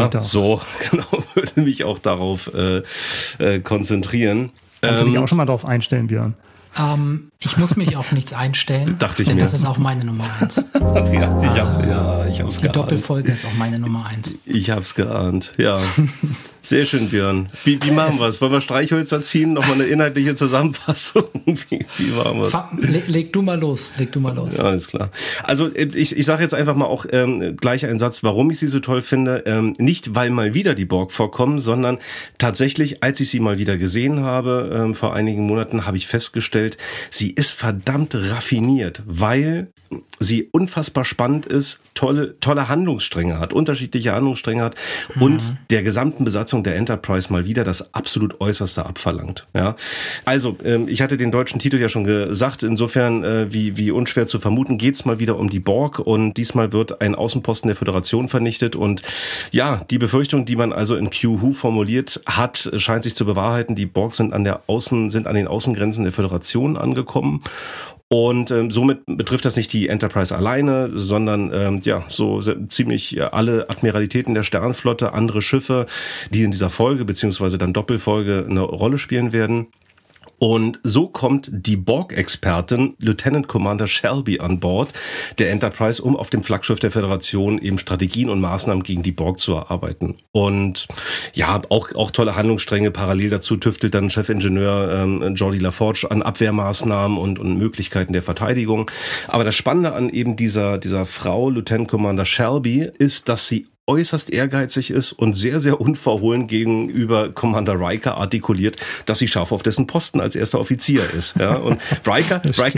würde mich auch darauf konzentrieren. Kannst du dich auch schon mal drauf einstellen, Björn? Ich muss mich auf nichts einstellen. Dachte ich denn mir. Das ist auch meine Nummer 1. Ich hab's Die geahnt. Doppelfolge ist auch meine Nummer 1. Ich hab's geahnt, ja. Sehr schön, Björn. Wie machen wir es? Wollen wir Streichhölzer ziehen? Nochmal eine inhaltliche Zusammenfassung? Wie machen wir es? Leg du mal los. Ja, alles klar. Also ich sage jetzt einfach mal auch gleich einen Satz, warum ich sie so toll finde. Nicht, weil mal wieder die Borg vorkommen, sondern tatsächlich, als ich sie mal wieder gesehen habe, vor einigen Monaten, habe ich festgestellt, sie ist verdammt raffiniert, weil sie unfassbar spannend ist, tolle Handlungsstränge hat, unterschiedliche Handlungsstränge hat und der gesamten Besatzung der Enterprise mal wieder das absolut Äußerste abverlangt. Ja, also ich hatte den deutschen Titel ja schon gesagt, insofern wie unschwer zu vermuten, geht's mal wieder um die Borg und diesmal wird ein Außenposten der Föderation vernichtet und ja, die Befürchtung, die man also in Q-Who formuliert hat, scheint sich zu bewahrheiten. Die Borg sind an den Außengrenzen der Föderation angekommen. Und somit betrifft das nicht die Enterprise alleine, sondern so ziemlich alle Admiralitäten der Sternflotte, andere Schiffe, die in dieser Folge beziehungsweise dann Doppelfolge eine Rolle spielen werden. Und so kommt die Borg-Expertin Lieutenant Commander Shelby an Bord der Enterprise, um auf dem Flaggschiff der Föderation eben Strategien und Maßnahmen gegen die Borg zu erarbeiten. Und ja, auch tolle Handlungsstränge. Parallel dazu tüftelt dann Chefingenieur Geordi LaForge an Abwehrmaßnahmen und Möglichkeiten der Verteidigung. Aber das Spannende an eben dieser Frau, Lieutenant Commander Shelby, ist, dass sie äußerst ehrgeizig ist und sehr, sehr unverhohlen gegenüber Commander Riker artikuliert, dass sie scharf auf dessen Posten als erster Offizier ist. Ja, und Riker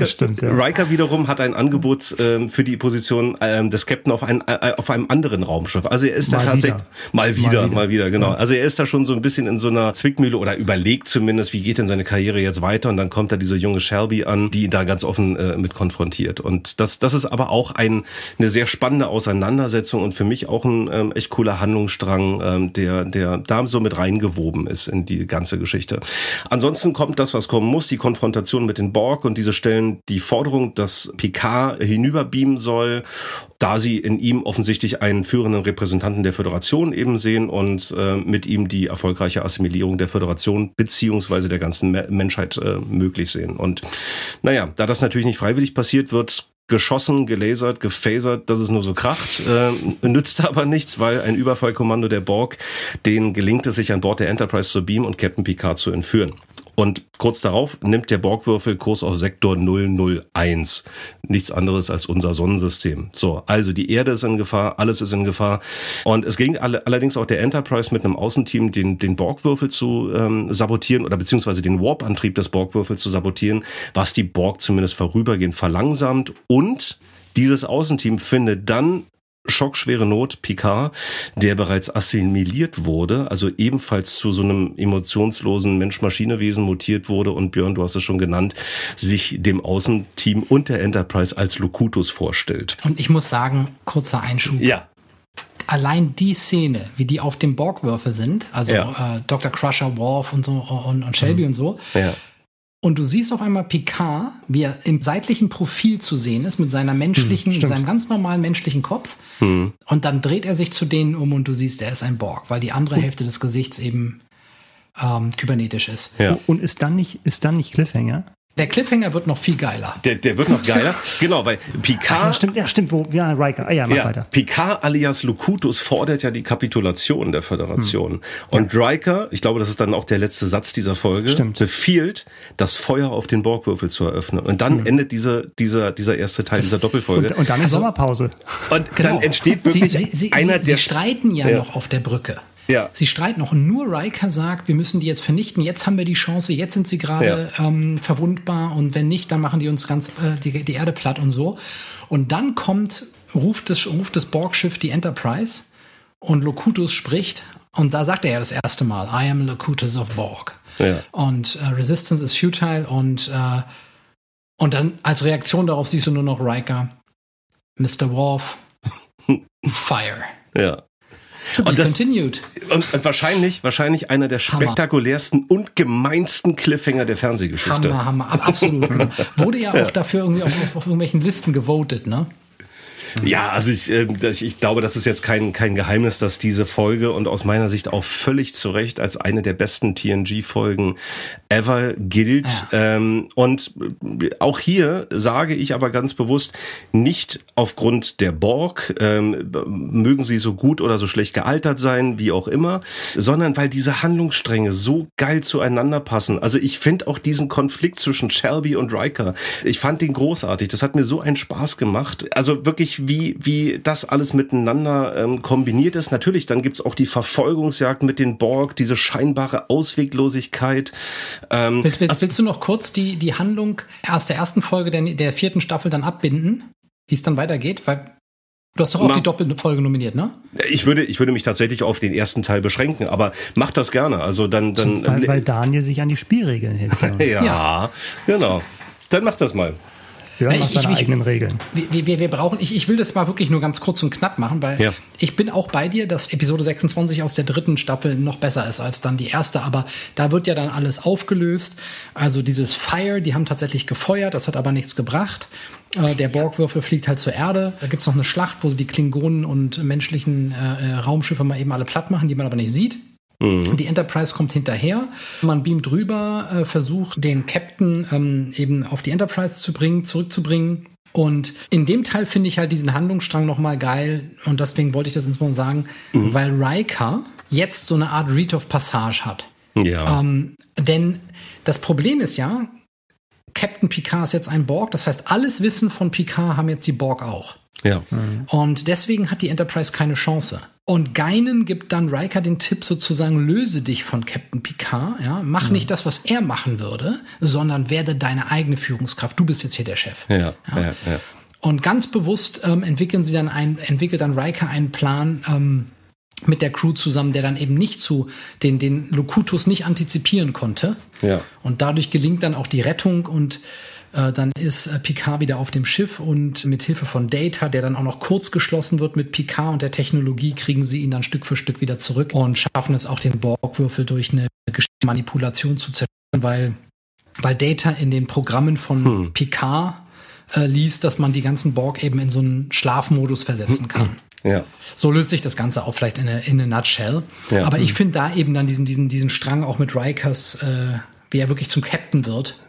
wiederum hat ein Angebot für die Position des Captain auf einem anderen Raumschiff. Also er ist da tatsächlich mal wieder, genau. Also er ist da schon so ein bisschen in so einer Zwickmühle oder überlegt zumindest, wie geht denn seine Karriere jetzt weiter? Und dann kommt da diese junge Shelby an, die ihn da ganz offen mit konfrontiert. Und das ist aber auch eine sehr spannende Auseinandersetzung und für mich auch ein echt cooler Handlungsstrang, der da so mit reingewoben ist in die ganze Geschichte. Ansonsten kommt das, was kommen muss, die Konfrontation mit den Borg und diese stellen die Forderung, dass Picard hinüberbeamen soll, da sie in ihm offensichtlich einen führenden Repräsentanten der Föderation eben sehen und mit ihm die erfolgreiche Assimilierung der Föderation beziehungsweise der ganzen Menschheit möglich sehen. Und naja, da das natürlich nicht freiwillig passiert, wird geschossen, gelasert, gefasert, dass es nur so kracht, nützt aber nichts, weil ein Überfallkommando der Borg, denen gelingt es sich an Bord der Enterprise zu beamen und Captain Picard zu entführen. Und kurz darauf nimmt der Borgwürfel Kurs auf Sektor 001. Nichts anderes als unser Sonnensystem. So, also die Erde ist in Gefahr, alles ist in Gefahr. Und es ging allerdings auch der Enterprise mit einem Außenteam, den Borgwürfel zu sabotieren oder beziehungsweise den Warp-Antrieb des Borgwürfels zu sabotieren, was die Borg zumindest vorübergehend verlangsamt. Und dieses Außenteam findet dann schockschwere Not Picard, der bereits assimiliert wurde, also ebenfalls zu so einem emotionslosen Mensch-Maschine-Wesen mutiert wurde und Björn, du hast es schon genannt, sich dem Außenteam und der Enterprise als Locutus vorstellt. Und ich muss sagen, kurzer Einschub. Ja. Allein die Szene, wie die auf dem Borgwürfel sind, also Dr. Crusher, Worf und so und Shelby und so. Ja. Und du siehst auf einmal Picard, wie er im seitlichen Profil zu sehen ist, mit seiner menschlichen, mit seinem ganz normalen menschlichen Kopf. Und dann dreht er sich zu denen um und du siehst, er ist ein Borg, weil die andere Hälfte des Gesichts eben kybernetisch ist. Ja. Und ist dann nicht Cliffhanger? Der Cliffhanger wird noch viel geiler. Der wird noch geiler. Genau, weil Picard... Stimmt. Riker. Mach weiter. Picard alias Locutus fordert ja die Kapitulation der Föderation. Und Riker, ich glaube, das ist dann auch der letzte Satz dieser Folge, befiehlt, das Feuer auf den Borgwürfel zu eröffnen. Und dann endet dieser erste Teil dieser Doppelfolge. Und dann ist Sommerpause. Und dann entsteht wirklich Sie streiten ja noch auf der Brücke. Ja. Sie streiten noch und nur Riker sagt, wir müssen die jetzt vernichten, jetzt haben wir die Chance, jetzt sind sie gerade verwundbar und wenn nicht, dann machen die uns ganz die Erde platt und so. Und dann ruft das Borg-Schiff die Enterprise und Locutus spricht und da sagt er ja das erste Mal, I am Locutus of Borg. Ja. Und Resistance is futile und dann als Reaktion darauf siehst du nur noch Riker, Mr. Worf, fire. Ja. Und wahrscheinlich einer der spektakulärsten und gemeinsten Cliffhanger der Fernsehgeschichte. Hammer, absolut. Wurde ja auch dafür irgendwie auf irgendwelchen Listen gewotet, ne? Ja, also ich glaube, das ist jetzt kein Geheimnis, dass diese Folge und aus meiner Sicht auch völlig zu Recht als eine der besten TNG-Folgen ever gilt. Ja. Und auch hier sage ich aber ganz bewusst, nicht aufgrund der Borg, mögen sie so gut oder so schlecht gealtert sein, wie auch immer, sondern weil diese Handlungsstränge so geil zueinander passen. Also ich finde auch diesen Konflikt zwischen Shelby und Riker, ich fand den großartig. Das hat mir so einen Spaß gemacht. Also wirklich wie das alles miteinander kombiniert ist. Natürlich, dann gibt's auch die Verfolgungsjagd mit den Borg, diese scheinbare Ausweglosigkeit. Willst du noch kurz die Handlung aus der ersten Folge der 4. Staffel dann abbinden, wie es dann weitergeht? Weil du hast doch auch die Doppelfolge nominiert, ne? Ich würde mich tatsächlich auf den ersten Teil beschränken, aber mach das gerne. Also dann weil Daniel sich an die Spielregeln hält. Ja, genau. Dann mach das mal. Ja, nach seinen eigenen Regeln. Wir brauchen, ich will das mal wirklich nur ganz kurz und knapp machen, weil ich bin auch bei dir, dass Episode 26 aus der 3. Staffel noch besser ist als dann die erste, aber da wird ja dann alles aufgelöst. Also dieses Fire, die haben tatsächlich gefeuert, das hat aber nichts gebracht. Der Borgwürfel fliegt halt zur Erde. Da gibt's noch eine Schlacht, wo sie die Klingonen und menschlichen Raumschiffe mal eben alle platt machen, die man aber nicht sieht. Die Enterprise kommt hinterher, man beamt rüber, versucht den Captain eben auf die Enterprise zurückzubringen. Und in dem Teil finde ich halt diesen Handlungsstrang nochmal geil und deswegen wollte ich das insbesondere sagen, weil Riker jetzt so eine Art Rite of Passage hat. Ja. Denn das Problem ist ja, Captain Picard ist jetzt ein Borg, das heißt, alles Wissen von Picard haben jetzt die Borg auch. Ja. Und deswegen hat die Enterprise keine Chance. Und Guinan gibt dann Riker den Tipp sozusagen, löse dich von Captain Picard, ja, mach nicht das, was er machen würde, sondern werde deine eigene Führungskraft. Du bist jetzt hier der Chef. Ja. Und ganz bewusst entwickelt dann Riker einen Plan mit der Crew zusammen, der dann eben nicht den Locutus nicht antizipieren konnte. Ja. Und dadurch gelingt dann auch die Rettung und dann ist Picard wieder auf dem Schiff und mit Hilfe von Data, der dann auch noch kurz geschlossen wird mit Picard und der Technologie, kriegen sie ihn dann Stück für Stück wieder zurück und schaffen es auch, den Borgwürfel durch eine Manipulation zu zerstören, weil Data in den Programmen von Picard liest, dass man die ganzen Borg eben in so einen Schlafmodus versetzen kann. Ja. So löst sich das Ganze auch vielleicht in a nutshell. Ja. Aber ich finde da eben dann diesen Strang auch mit Rikers, wie er wirklich zum Captain wird,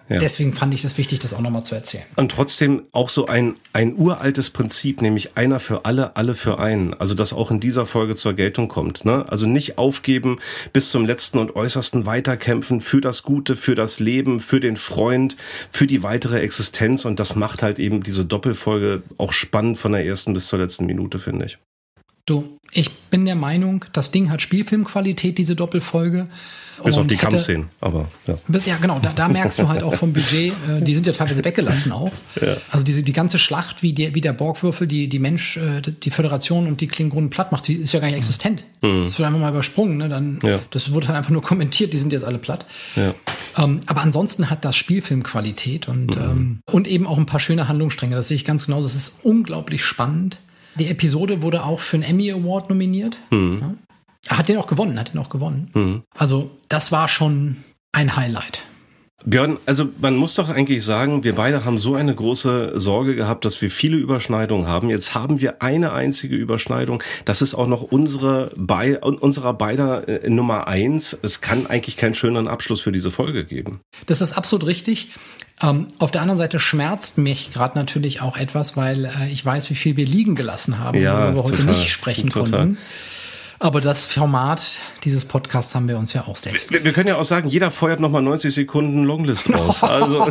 deswegen fand ich das wichtig, das auch nochmal zu erzählen. Und trotzdem auch so ein uraltes Prinzip, nämlich einer für alle, alle für einen. Also das auch in dieser Folge zur Geltung kommt. Ne? Also nicht aufgeben, bis zum letzten und äußersten weiterkämpfen für das Gute, für das Leben, für den Freund, für die weitere Existenz. Und das macht halt eben diese Doppelfolge auch spannend von der ersten bis zur letzten Minute, finde ich. Du, ich bin der Meinung, das Ding hat Spielfilmqualität, diese Doppelfolge. Bis auf die Kampfszenen, aber ja. Ja, genau, da merkst du halt auch vom Budget, die sind ja teilweise weggelassen auch. Ja. Also die ganze Schlacht, wie der Borgwürfel die die Föderation und die Klingonen platt macht, die ist ja gar nicht existent. Das wird einfach mal übersprungen, ne? Das wurde halt einfach nur kommentiert, die sind jetzt alle platt. Ja. Aber ansonsten hat das Spielfilmqualität und eben auch ein paar schöne Handlungsstränge, das sehe ich ganz genau, das ist unglaublich spannend. Die Episode wurde auch für einen Emmy Award nominiert. Ja. Hat den auch gewonnen. Also das war schon ein Highlight. Björn, also man muss doch eigentlich sagen, wir beide haben so eine große Sorge gehabt, dass wir viele Überschneidungen haben. Jetzt haben wir eine einzige Überschneidung. Das ist auch noch unserer beider Nummer 1. Es kann eigentlich keinen schöneren Abschluss für diese Folge geben. Das ist absolut richtig. Auf der anderen Seite schmerzt mich gerade natürlich auch etwas, weil ich weiß, wie viel wir liegen gelassen haben, worüber wir heute nicht sprechen konnten. Aber das Format dieses Podcasts haben wir uns ja auch selbst. Wir können ja auch sagen, jeder feuert nochmal 90 Sekunden Longlist raus. Also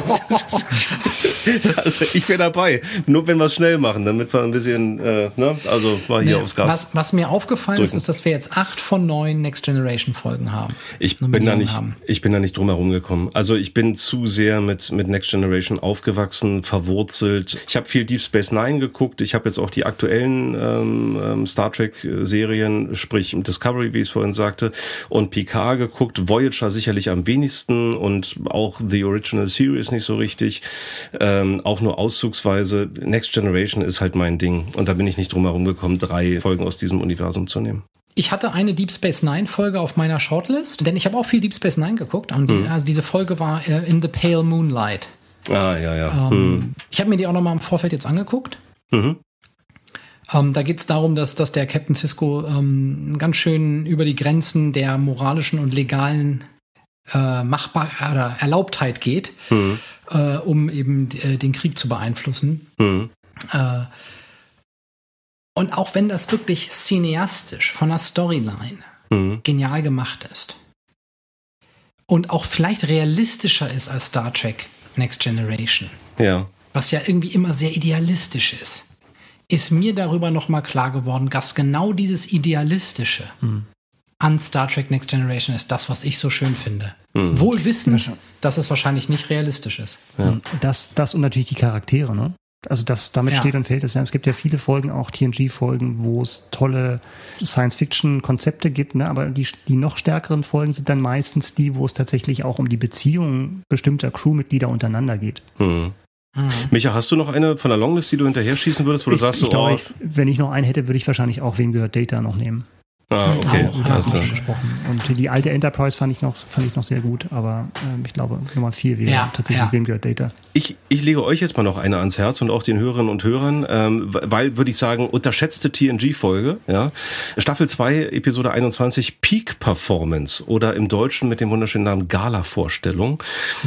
ich wäre dabei. Nur wenn wir es schnell machen, damit wir ein bisschen, also mal hier aufs Gas. Was mir aufgefallen ist, dass wir jetzt 8 von 9 Next Generation Folgen haben. Ich bin da nicht drum herum gekommen. Also ich bin zu sehr mit Next Generation aufgewachsen, verwurzelt. Ich habe viel Deep Space Nine geguckt. Ich habe jetzt auch die aktuellen Star Trek Serien, sprich Discovery, wie ich es vorhin sagte, und Picard geguckt, Voyager sicherlich am wenigsten und auch The Original Series nicht so richtig, auch nur auszugsweise. Next Generation ist halt mein Ding und da bin ich nicht drum herum gekommen, 3 Folgen aus diesem Universum zu nehmen. Ich hatte eine Deep Space Nine Folge auf meiner Shortlist, denn ich habe auch viel Deep Space Nine geguckt und diese Folge war In the Pale Moonlight. Ah, ja. Ich habe mir die auch nochmal im Vorfeld jetzt angeguckt. Da geht es darum, dass der Captain Sisko ganz schön über die Grenzen der moralischen und legalen Erlaubtheit geht, um eben den Krieg zu beeinflussen. Und auch wenn das wirklich cineastisch von der Storyline genial gemacht ist und auch vielleicht realistischer ist als Star Trek Next Generation, was ja irgendwie immer sehr idealistisch ist mir darüber nochmal klar geworden, dass genau dieses Idealistische an Star Trek Next Generation ist das, was ich so schön finde. Wohl wissend, dass es wahrscheinlich nicht realistisch ist. Ja. Das und natürlich die Charaktere, ne? Also damit steht und fällt es ja. Es gibt ja viele Folgen, auch TNG-Folgen, wo es tolle Science-Fiction-Konzepte gibt, ne? Aber die noch stärkeren Folgen sind dann meistens die, wo es tatsächlich auch um die Beziehungen bestimmter Crewmitglieder untereinander geht. Micha, hast du noch eine von der Longlist, die du hinterher schießen würdest, wo du sagst, wenn ich noch einen hätte, würde ich wahrscheinlich auch Wem gehört Data noch nehmen. Ah, okay. Gesprochen. Und die alte Enterprise fand ich noch sehr gut, aber ich glaube, Nummer 4 wäre tatsächlich Wem gehört Data. Ich lege euch jetzt mal noch eine ans Herz und auch den Hörerinnen und Hörern, weil, würde ich sagen, unterschätzte TNG-Folge, ja. Staffel 2, Episode 21, Peak Performance oder im Deutschen mit dem wunderschönen Namen Gala-Vorstellung.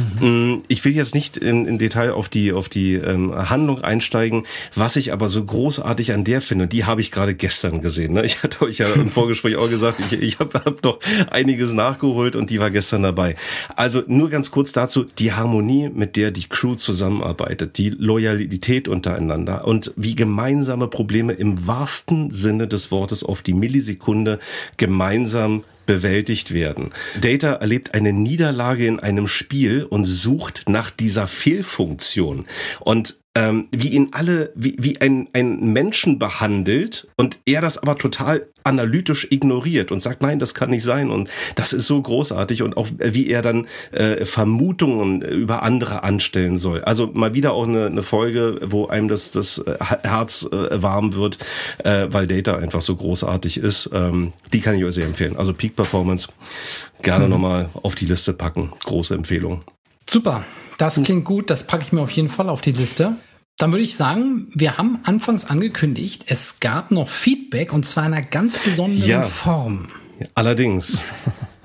Ich will jetzt nicht in Detail auf die Handlung einsteigen, was ich aber so großartig an der finde, und die habe ich gerade gestern gesehen, ne? Ich hatte euch ja im Vorgespräch auch gesagt, ich hab noch einiges nachgeholt und die war gestern dabei. Also nur ganz kurz dazu, die Harmonie, mit der die Crew zusammenarbeitet, die Loyalität untereinander und wie gemeinsame Probleme im wahrsten Sinne des Wortes auf die Millisekunde gemeinsam bewältigt werden. Data erlebt eine Niederlage in einem Spiel und sucht nach dieser Fehlfunktion. Und wie ihn alle, wie ein Menschen behandelt und er das aber total analytisch ignoriert und sagt, nein, das kann nicht sein, und das ist so großartig, und auch wie er dann Vermutungen über andere anstellen soll. Also mal wieder auch eine Folge, wo einem das Herz warm wird, weil Data einfach so großartig ist. Die kann ich euch sehr empfehlen. Also Peak Performance gerne nochmal auf die Liste packen. Große Empfehlung. Super. Das klingt gut, das packe ich mir auf jeden Fall auf die Liste. Dann würde ich sagen, wir haben anfangs angekündigt, es gab noch Feedback, und zwar in einer ganz besonderen Form. Allerdings.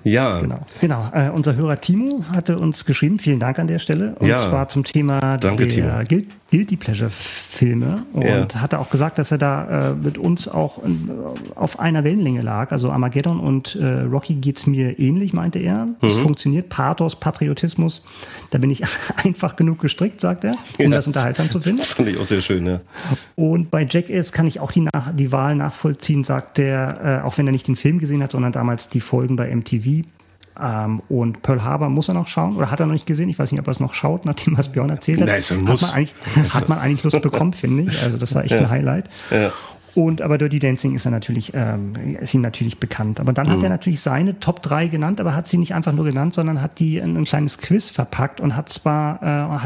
Ja. Genau. Unser Hörer Timo hatte uns geschrieben, vielen Dank an der Stelle, und zwar zum Thema Danke, der Guilty Pleasure Filme, und hatte auch gesagt, dass er da mit uns auch auf einer Wellenlänge lag. Also Armageddon und Rocky geht's mir ähnlich, meinte er. Es funktioniert, Pathos, Patriotismus, da bin ich einfach genug gestrickt, sagt er, um das unterhaltsam zu finden. Fand ich auch sehr schön, ja. Und bei Jackass kann ich auch die Wahl nachvollziehen, sagt er, auch wenn er nicht den Film gesehen hat, sondern damals die Folgen bei MTV. Und Pearl Harbor muss er noch schauen, oder hat er noch nicht gesehen? Ich weiß nicht, ob er es noch schaut, nachdem was Björn erzählt hat. Nein, hat man eigentlich Lust bekommen, finde ich. Also das war echt ein Highlight. Ja. Aber Dirty Dancing ist ihm natürlich bekannt. Aber dann hat er natürlich seine Top 3 genannt, aber hat sie nicht einfach nur genannt, sondern hat die in ein kleines Quiz verpackt und hat zwar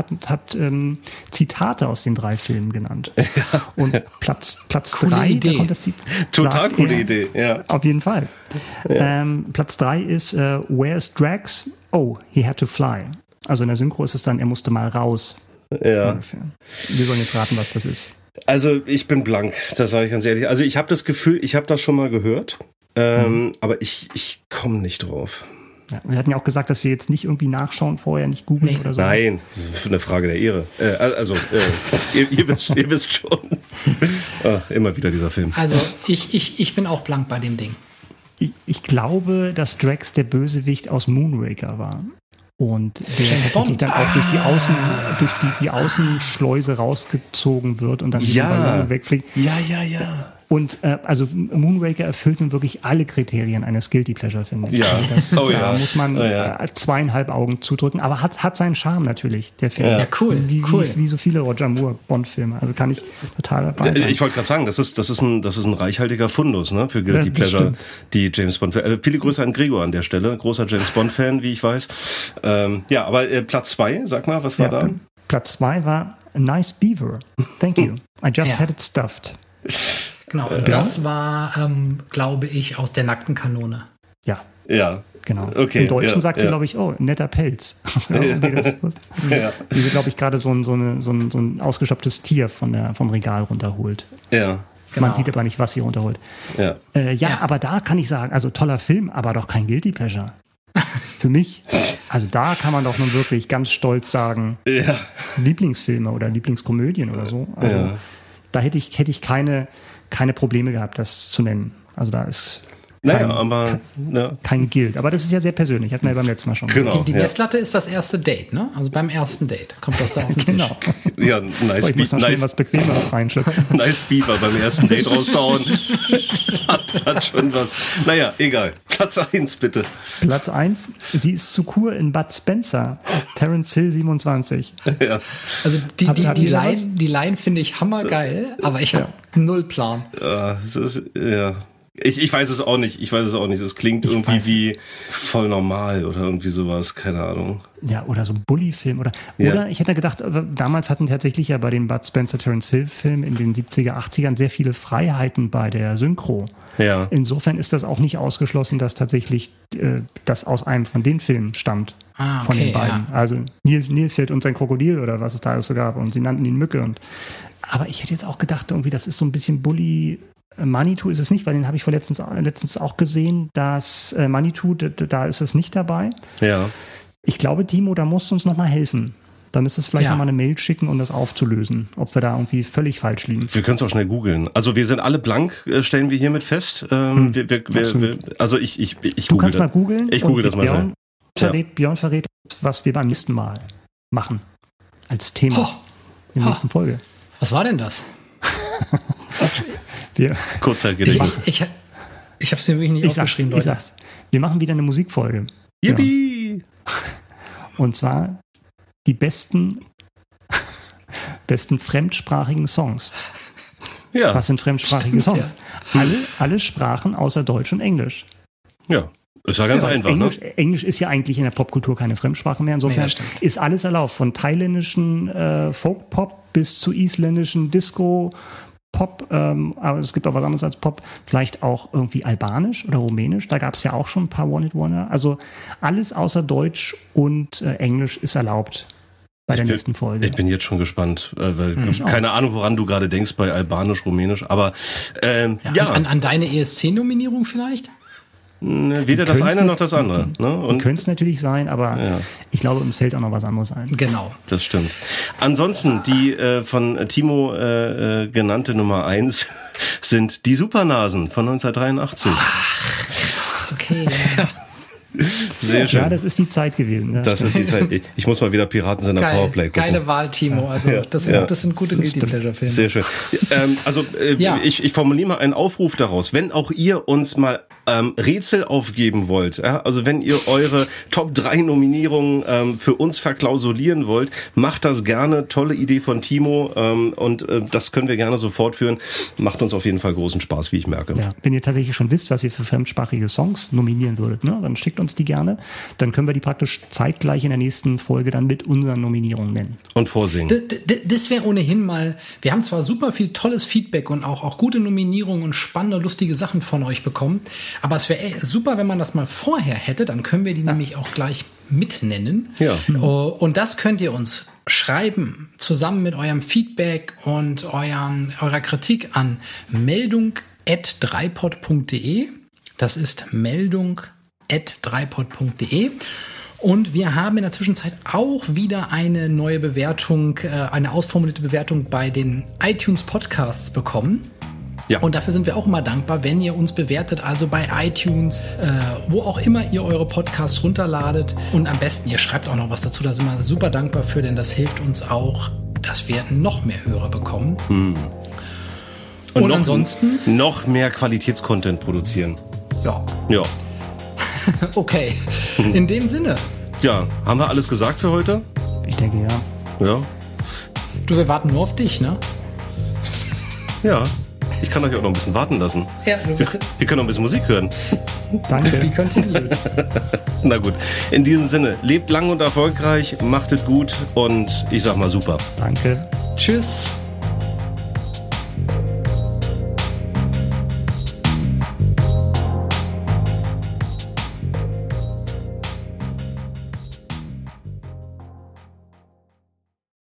Zitate aus den 3 Filmen genannt. Ja. Und Platz 3, da kommt das Zitat. Total coole Idee, ja. Auf jeden Fall. Ja. Platz 3 ist Where's Drax? Oh, he had to fly. Also in der Synchro ist es dann, er musste mal raus. Ja. Ungefähr. Wir sollen jetzt raten, was das ist. Also ich bin blank, das sage ich ganz ehrlich. Also ich habe das Gefühl, ich habe das schon mal gehört, aber ich komme nicht drauf. Ja, wir hatten ja auch gesagt, dass wir jetzt nicht irgendwie nachschauen vorher, nicht googeln oder so. Nein, das ist eine Frage der Ehre. Ihr wisst schon. Immer wieder dieser Film. Also ich bin auch blank bei dem Ding. Ich glaube, dass Drax der Bösewicht aus Moonraker war. Und der tatsächlich dann auch durch die Außenschleuse rausgezogen wird und dann die Ballon wegfliegt. Ja. Und also Moonraker erfüllt nun wirklich alle Kriterien eines Guilty Pleasure, finde ich. Ja. Also da muss man 2,5 Augen zudrücken. Aber hat seinen Charme natürlich, der Film. Ja, cool. Wie so viele Roger Moore Bond-Filme. Also kann ich total dabei sein. Ich wollte gerade sagen, das ist ein reichhaltiger Fundus, ne, für Guilty Pleasure, die James Bond. Viele Grüße an Gregor an der Stelle, großer James Bond-Fan, wie ich weiß. Aber Platz 2, sag mal, was war da? Platz 2 war A Nice Beaver. Thank you. I just had it stuffed. Genau, das war, glaube ich, aus der nackten Kanone. Ja. Genau. Okay, im Deutschen sagt sie, glaube ich, netter Pelz. Wie sie, glaube ich, gerade so ein ausgeschöpftes Tier vom Regal runterholt. Ja. Genau. Man sieht aber nicht, was sie runterholt. Ja, aber da kann ich sagen, also toller Film, aber doch kein Guilty Pleasure. Für mich, also da kann man doch nun wirklich ganz stolz sagen, Lieblingsfilme oder Lieblingskomödien oder so. Also da hätte ich keine Probleme gehabt, das zu nennen. Also da ist kein Guilt. Aber das ist ja sehr persönlich, hatten wir ja beim letzten Mal schon. Genau, die Messlatte ist das erste Date, ne? Also beim ersten Date kommt das da auf den Tisch. Ja, nice was Bequemeres reinschütten. Nice Beaver beim ersten Date raushauen. hat schon was. Naja, egal. Platz 1, bitte. Platz 1, sie ist zu Kur in Bud Spencer. Terence Hill 27. Ja. Also die Line finde ich hammergeil, aber ich habe null Plan. Ich weiß es auch nicht. Es klingt irgendwie wie voll normal oder irgendwie sowas. Keine Ahnung. Ja, oder so ein Bully-Film. Oder ich hätte gedacht, damals hatten tatsächlich ja bei den Bud Spencer Terence Hill-Filmen in den 70er, 80ern sehr viele Freiheiten bei der Synchro. Ja. Insofern ist das auch nicht ausgeschlossen, dass tatsächlich das aus einem von den Filmen stammt. Von den beiden. Ja. Also Nilpferd und sein Krokodil oder was es da alles so gab. Und sie nannten ihn Mücke. Aber ich hätte jetzt auch gedacht, irgendwie, das ist so ein bisschen Bully. Manitou ist es nicht, weil den habe ich letztens auch gesehen, dass Manitou, da ist es nicht dabei. Ja. Ich glaube, Timo, da musst du uns nochmal helfen. Da müsstest du vielleicht nochmal eine Mail schicken, um das aufzulösen, ob wir da irgendwie völlig falsch liegen. Wir können es auch schnell googeln. Also wir sind alle blank, stellen wir hiermit fest. Also ich Du kannst mal googeln. Ich google das mal schnell. Björn verrät, was wir beim nächsten Mal machen. Als Thema. In der nächsten Folge. Was war denn das? Kurzzeitgedächtnis. Ich habe es mir wirklich nicht aufgeschrieben, Leute. Ich sag's. Wir machen wieder eine Musikfolge. Yippie! Ja. Und zwar die besten fremdsprachigen Songs. Ja. Was sind fremdsprachige Songs? Ja. Alle Sprachen außer Deutsch und Englisch. Ja. Ist ja ganz einfach, Englisch ist ja eigentlich in der Popkultur keine Fremdsprache mehr. Insofern ist alles erlaubt. Von thailändischen Folk-Pop bis zu isländischen Disco, Pop, aber es gibt auch was anderes als Pop, vielleicht auch irgendwie Albanisch oder Rumänisch, da gab es ja auch schon ein paar One-Hit-Wonder. Also alles außer Deutsch und Englisch ist erlaubt bei der nächsten Folge. Ich bin jetzt schon gespannt, weil keine Ahnung, woran du gerade denkst bei Albanisch, Rumänisch, aber an deine ESC-Nominierung vielleicht? Weder das eine noch das andere. Und könnte es natürlich sein, aber ich glaube, uns fällt auch noch was anderes ein. Genau. Das stimmt. Ansonsten, die von Timo genannte Nummer 1 sind die Supernasen von 1983. Ach, okay, ja. Sehr schön. Ja, das ist die Zeit gewesen. Ja. Das ist die Zeit. Ich muss mal wieder Piraten seiner Powerplay gucken. Geile Wahl, Timo. Also das sind gute Guilty Pleasure Filme. Sehr schön. Ich formuliere mal einen Aufruf daraus. Wenn auch ihr uns mal Rätsel aufgeben wollt, ja, also wenn ihr eure Top 3 Nominierungen für uns verklausulieren wollt, macht das gerne. Tolle Idee von Timo und das können wir gerne so fortführen. Macht uns auf jeden Fall großen Spaß, wie ich merke. Ja, wenn ihr tatsächlich schon wisst, was ihr für fremdsprachige Songs nominieren würdet, ne, dann schickt uns die gerne. Dann können wir die praktisch zeitgleich in der nächsten Folge dann mit unseren Nominierungen nennen. Und vorsingen. Das wäre ohnehin mal, wir haben zwar super viel tolles Feedback und auch gute Nominierungen und spannende, lustige Sachen von euch bekommen, aber es wäre super, wenn man das mal vorher hätte, dann können wir die nämlich auch gleich mitnennen. Ja. Und das könnt ihr uns schreiben, zusammen mit eurem Feedback und eurer Kritik an meldung@dreipod.de. Das ist meldung@dreipod.de. Und wir haben in der Zwischenzeit auch wieder eine neue Bewertung, eine ausformulierte Bewertung bei den iTunes Podcasts bekommen. Ja. Und dafür sind wir auch immer dankbar, wenn ihr uns bewertet, also bei iTunes, wo auch immer ihr eure Podcasts runterladet. Und am besten, ihr schreibt auch noch was dazu, da sind wir super dankbar für, denn das hilft uns auch, dass wir noch mehr Hörer bekommen. Und noch, ansonsten? Noch mehr Qualitätscontent produzieren. Ja. Ja. Okay. In dem Sinne. Ja, haben wir alles gesagt für heute? Ich denke, ja. Ja. Du, wir warten nur auf dich, ne? Ja. Ich kann euch auch noch ein bisschen warten lassen. Ja, wir können noch ein bisschen Musik hören. Danke. Wie continued. Na gut. In diesem Sinne, lebt lang und erfolgreich, macht es gut und ich sag mal super. Danke. Tschüss.